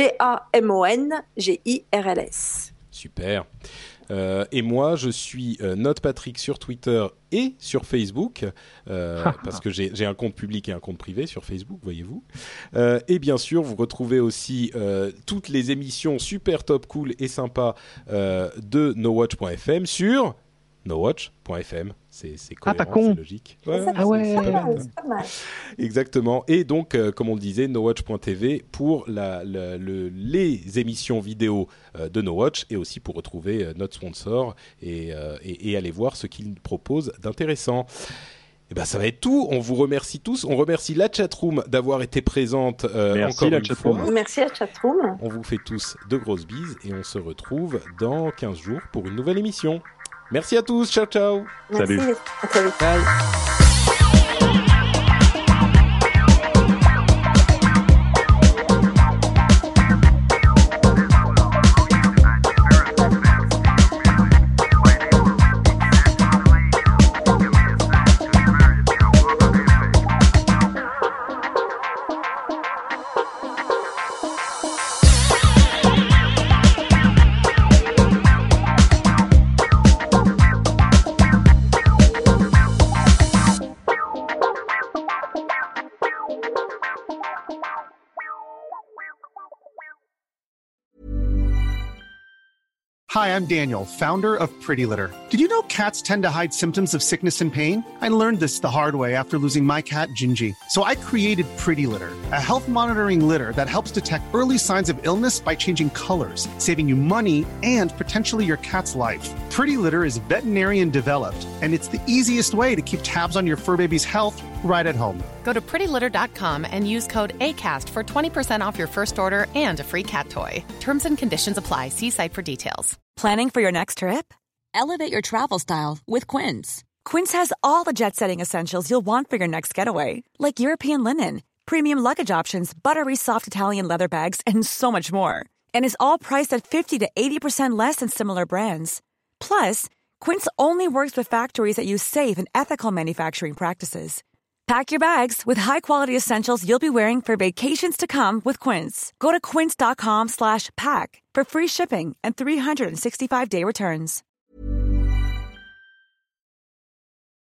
GAMONGIRLS. Super. Et moi, je suis Note Patrick sur Twitter et sur Facebook, parce que j'ai un compte public et un compte privé sur Facebook, voyez-vous. Et bien sûr, vous retrouvez aussi toutes les émissions super top cool et sympas de NoWatch.fm sur NoWatch.fm. C'est cohérent, c'est logique. Ouais, c'est pas mal. Exactement. Et donc, comme on le disait, NoWatch.tv pour les émissions vidéo de NoWatch et aussi pour retrouver notre sponsor et aller voir ce qu'il propose d'intéressant. Et ça va être tout. On vous remercie tous. On remercie la chatroom d'avoir été présente encore une fois. Merci la chatroom. On vous fait tous de grosses bises et on se retrouve dans 15 jours pour une nouvelle émission. Merci à tous, ciao ciao. Merci. Salut. À très vite. Bye. Hi, I'm Daniel, founder of Pretty Litter. Did you know cats tend to hide symptoms of sickness and pain? I learned this the hard way after losing my cat, Gingy. So I created Pretty Litter, a health monitoring litter that helps detect early signs of illness by changing colors, saving you money and potentially your cat's life. Pretty Litter is veterinarian developed, and it's the easiest way to keep tabs on your fur baby's health right at home. Go to prettylitter.com and use code ACAST for 20% off your first order and a free cat toy. Terms and conditions apply. See site for details. Planning for your next trip? Elevate your travel style with Quince. Quince has all the jet-setting essentials you'll want for your next getaway, like European linen, premium luggage options, buttery soft Italian leather bags, and so much more. And is all priced at 50 to 80% less than similar brands. Plus, Quince only works with factories that use safe and ethical manufacturing practices. Pack your bags with high-quality essentials you'll be wearing for vacations to come with Quince. Go to quince.com/pack for free shipping and 365-day returns.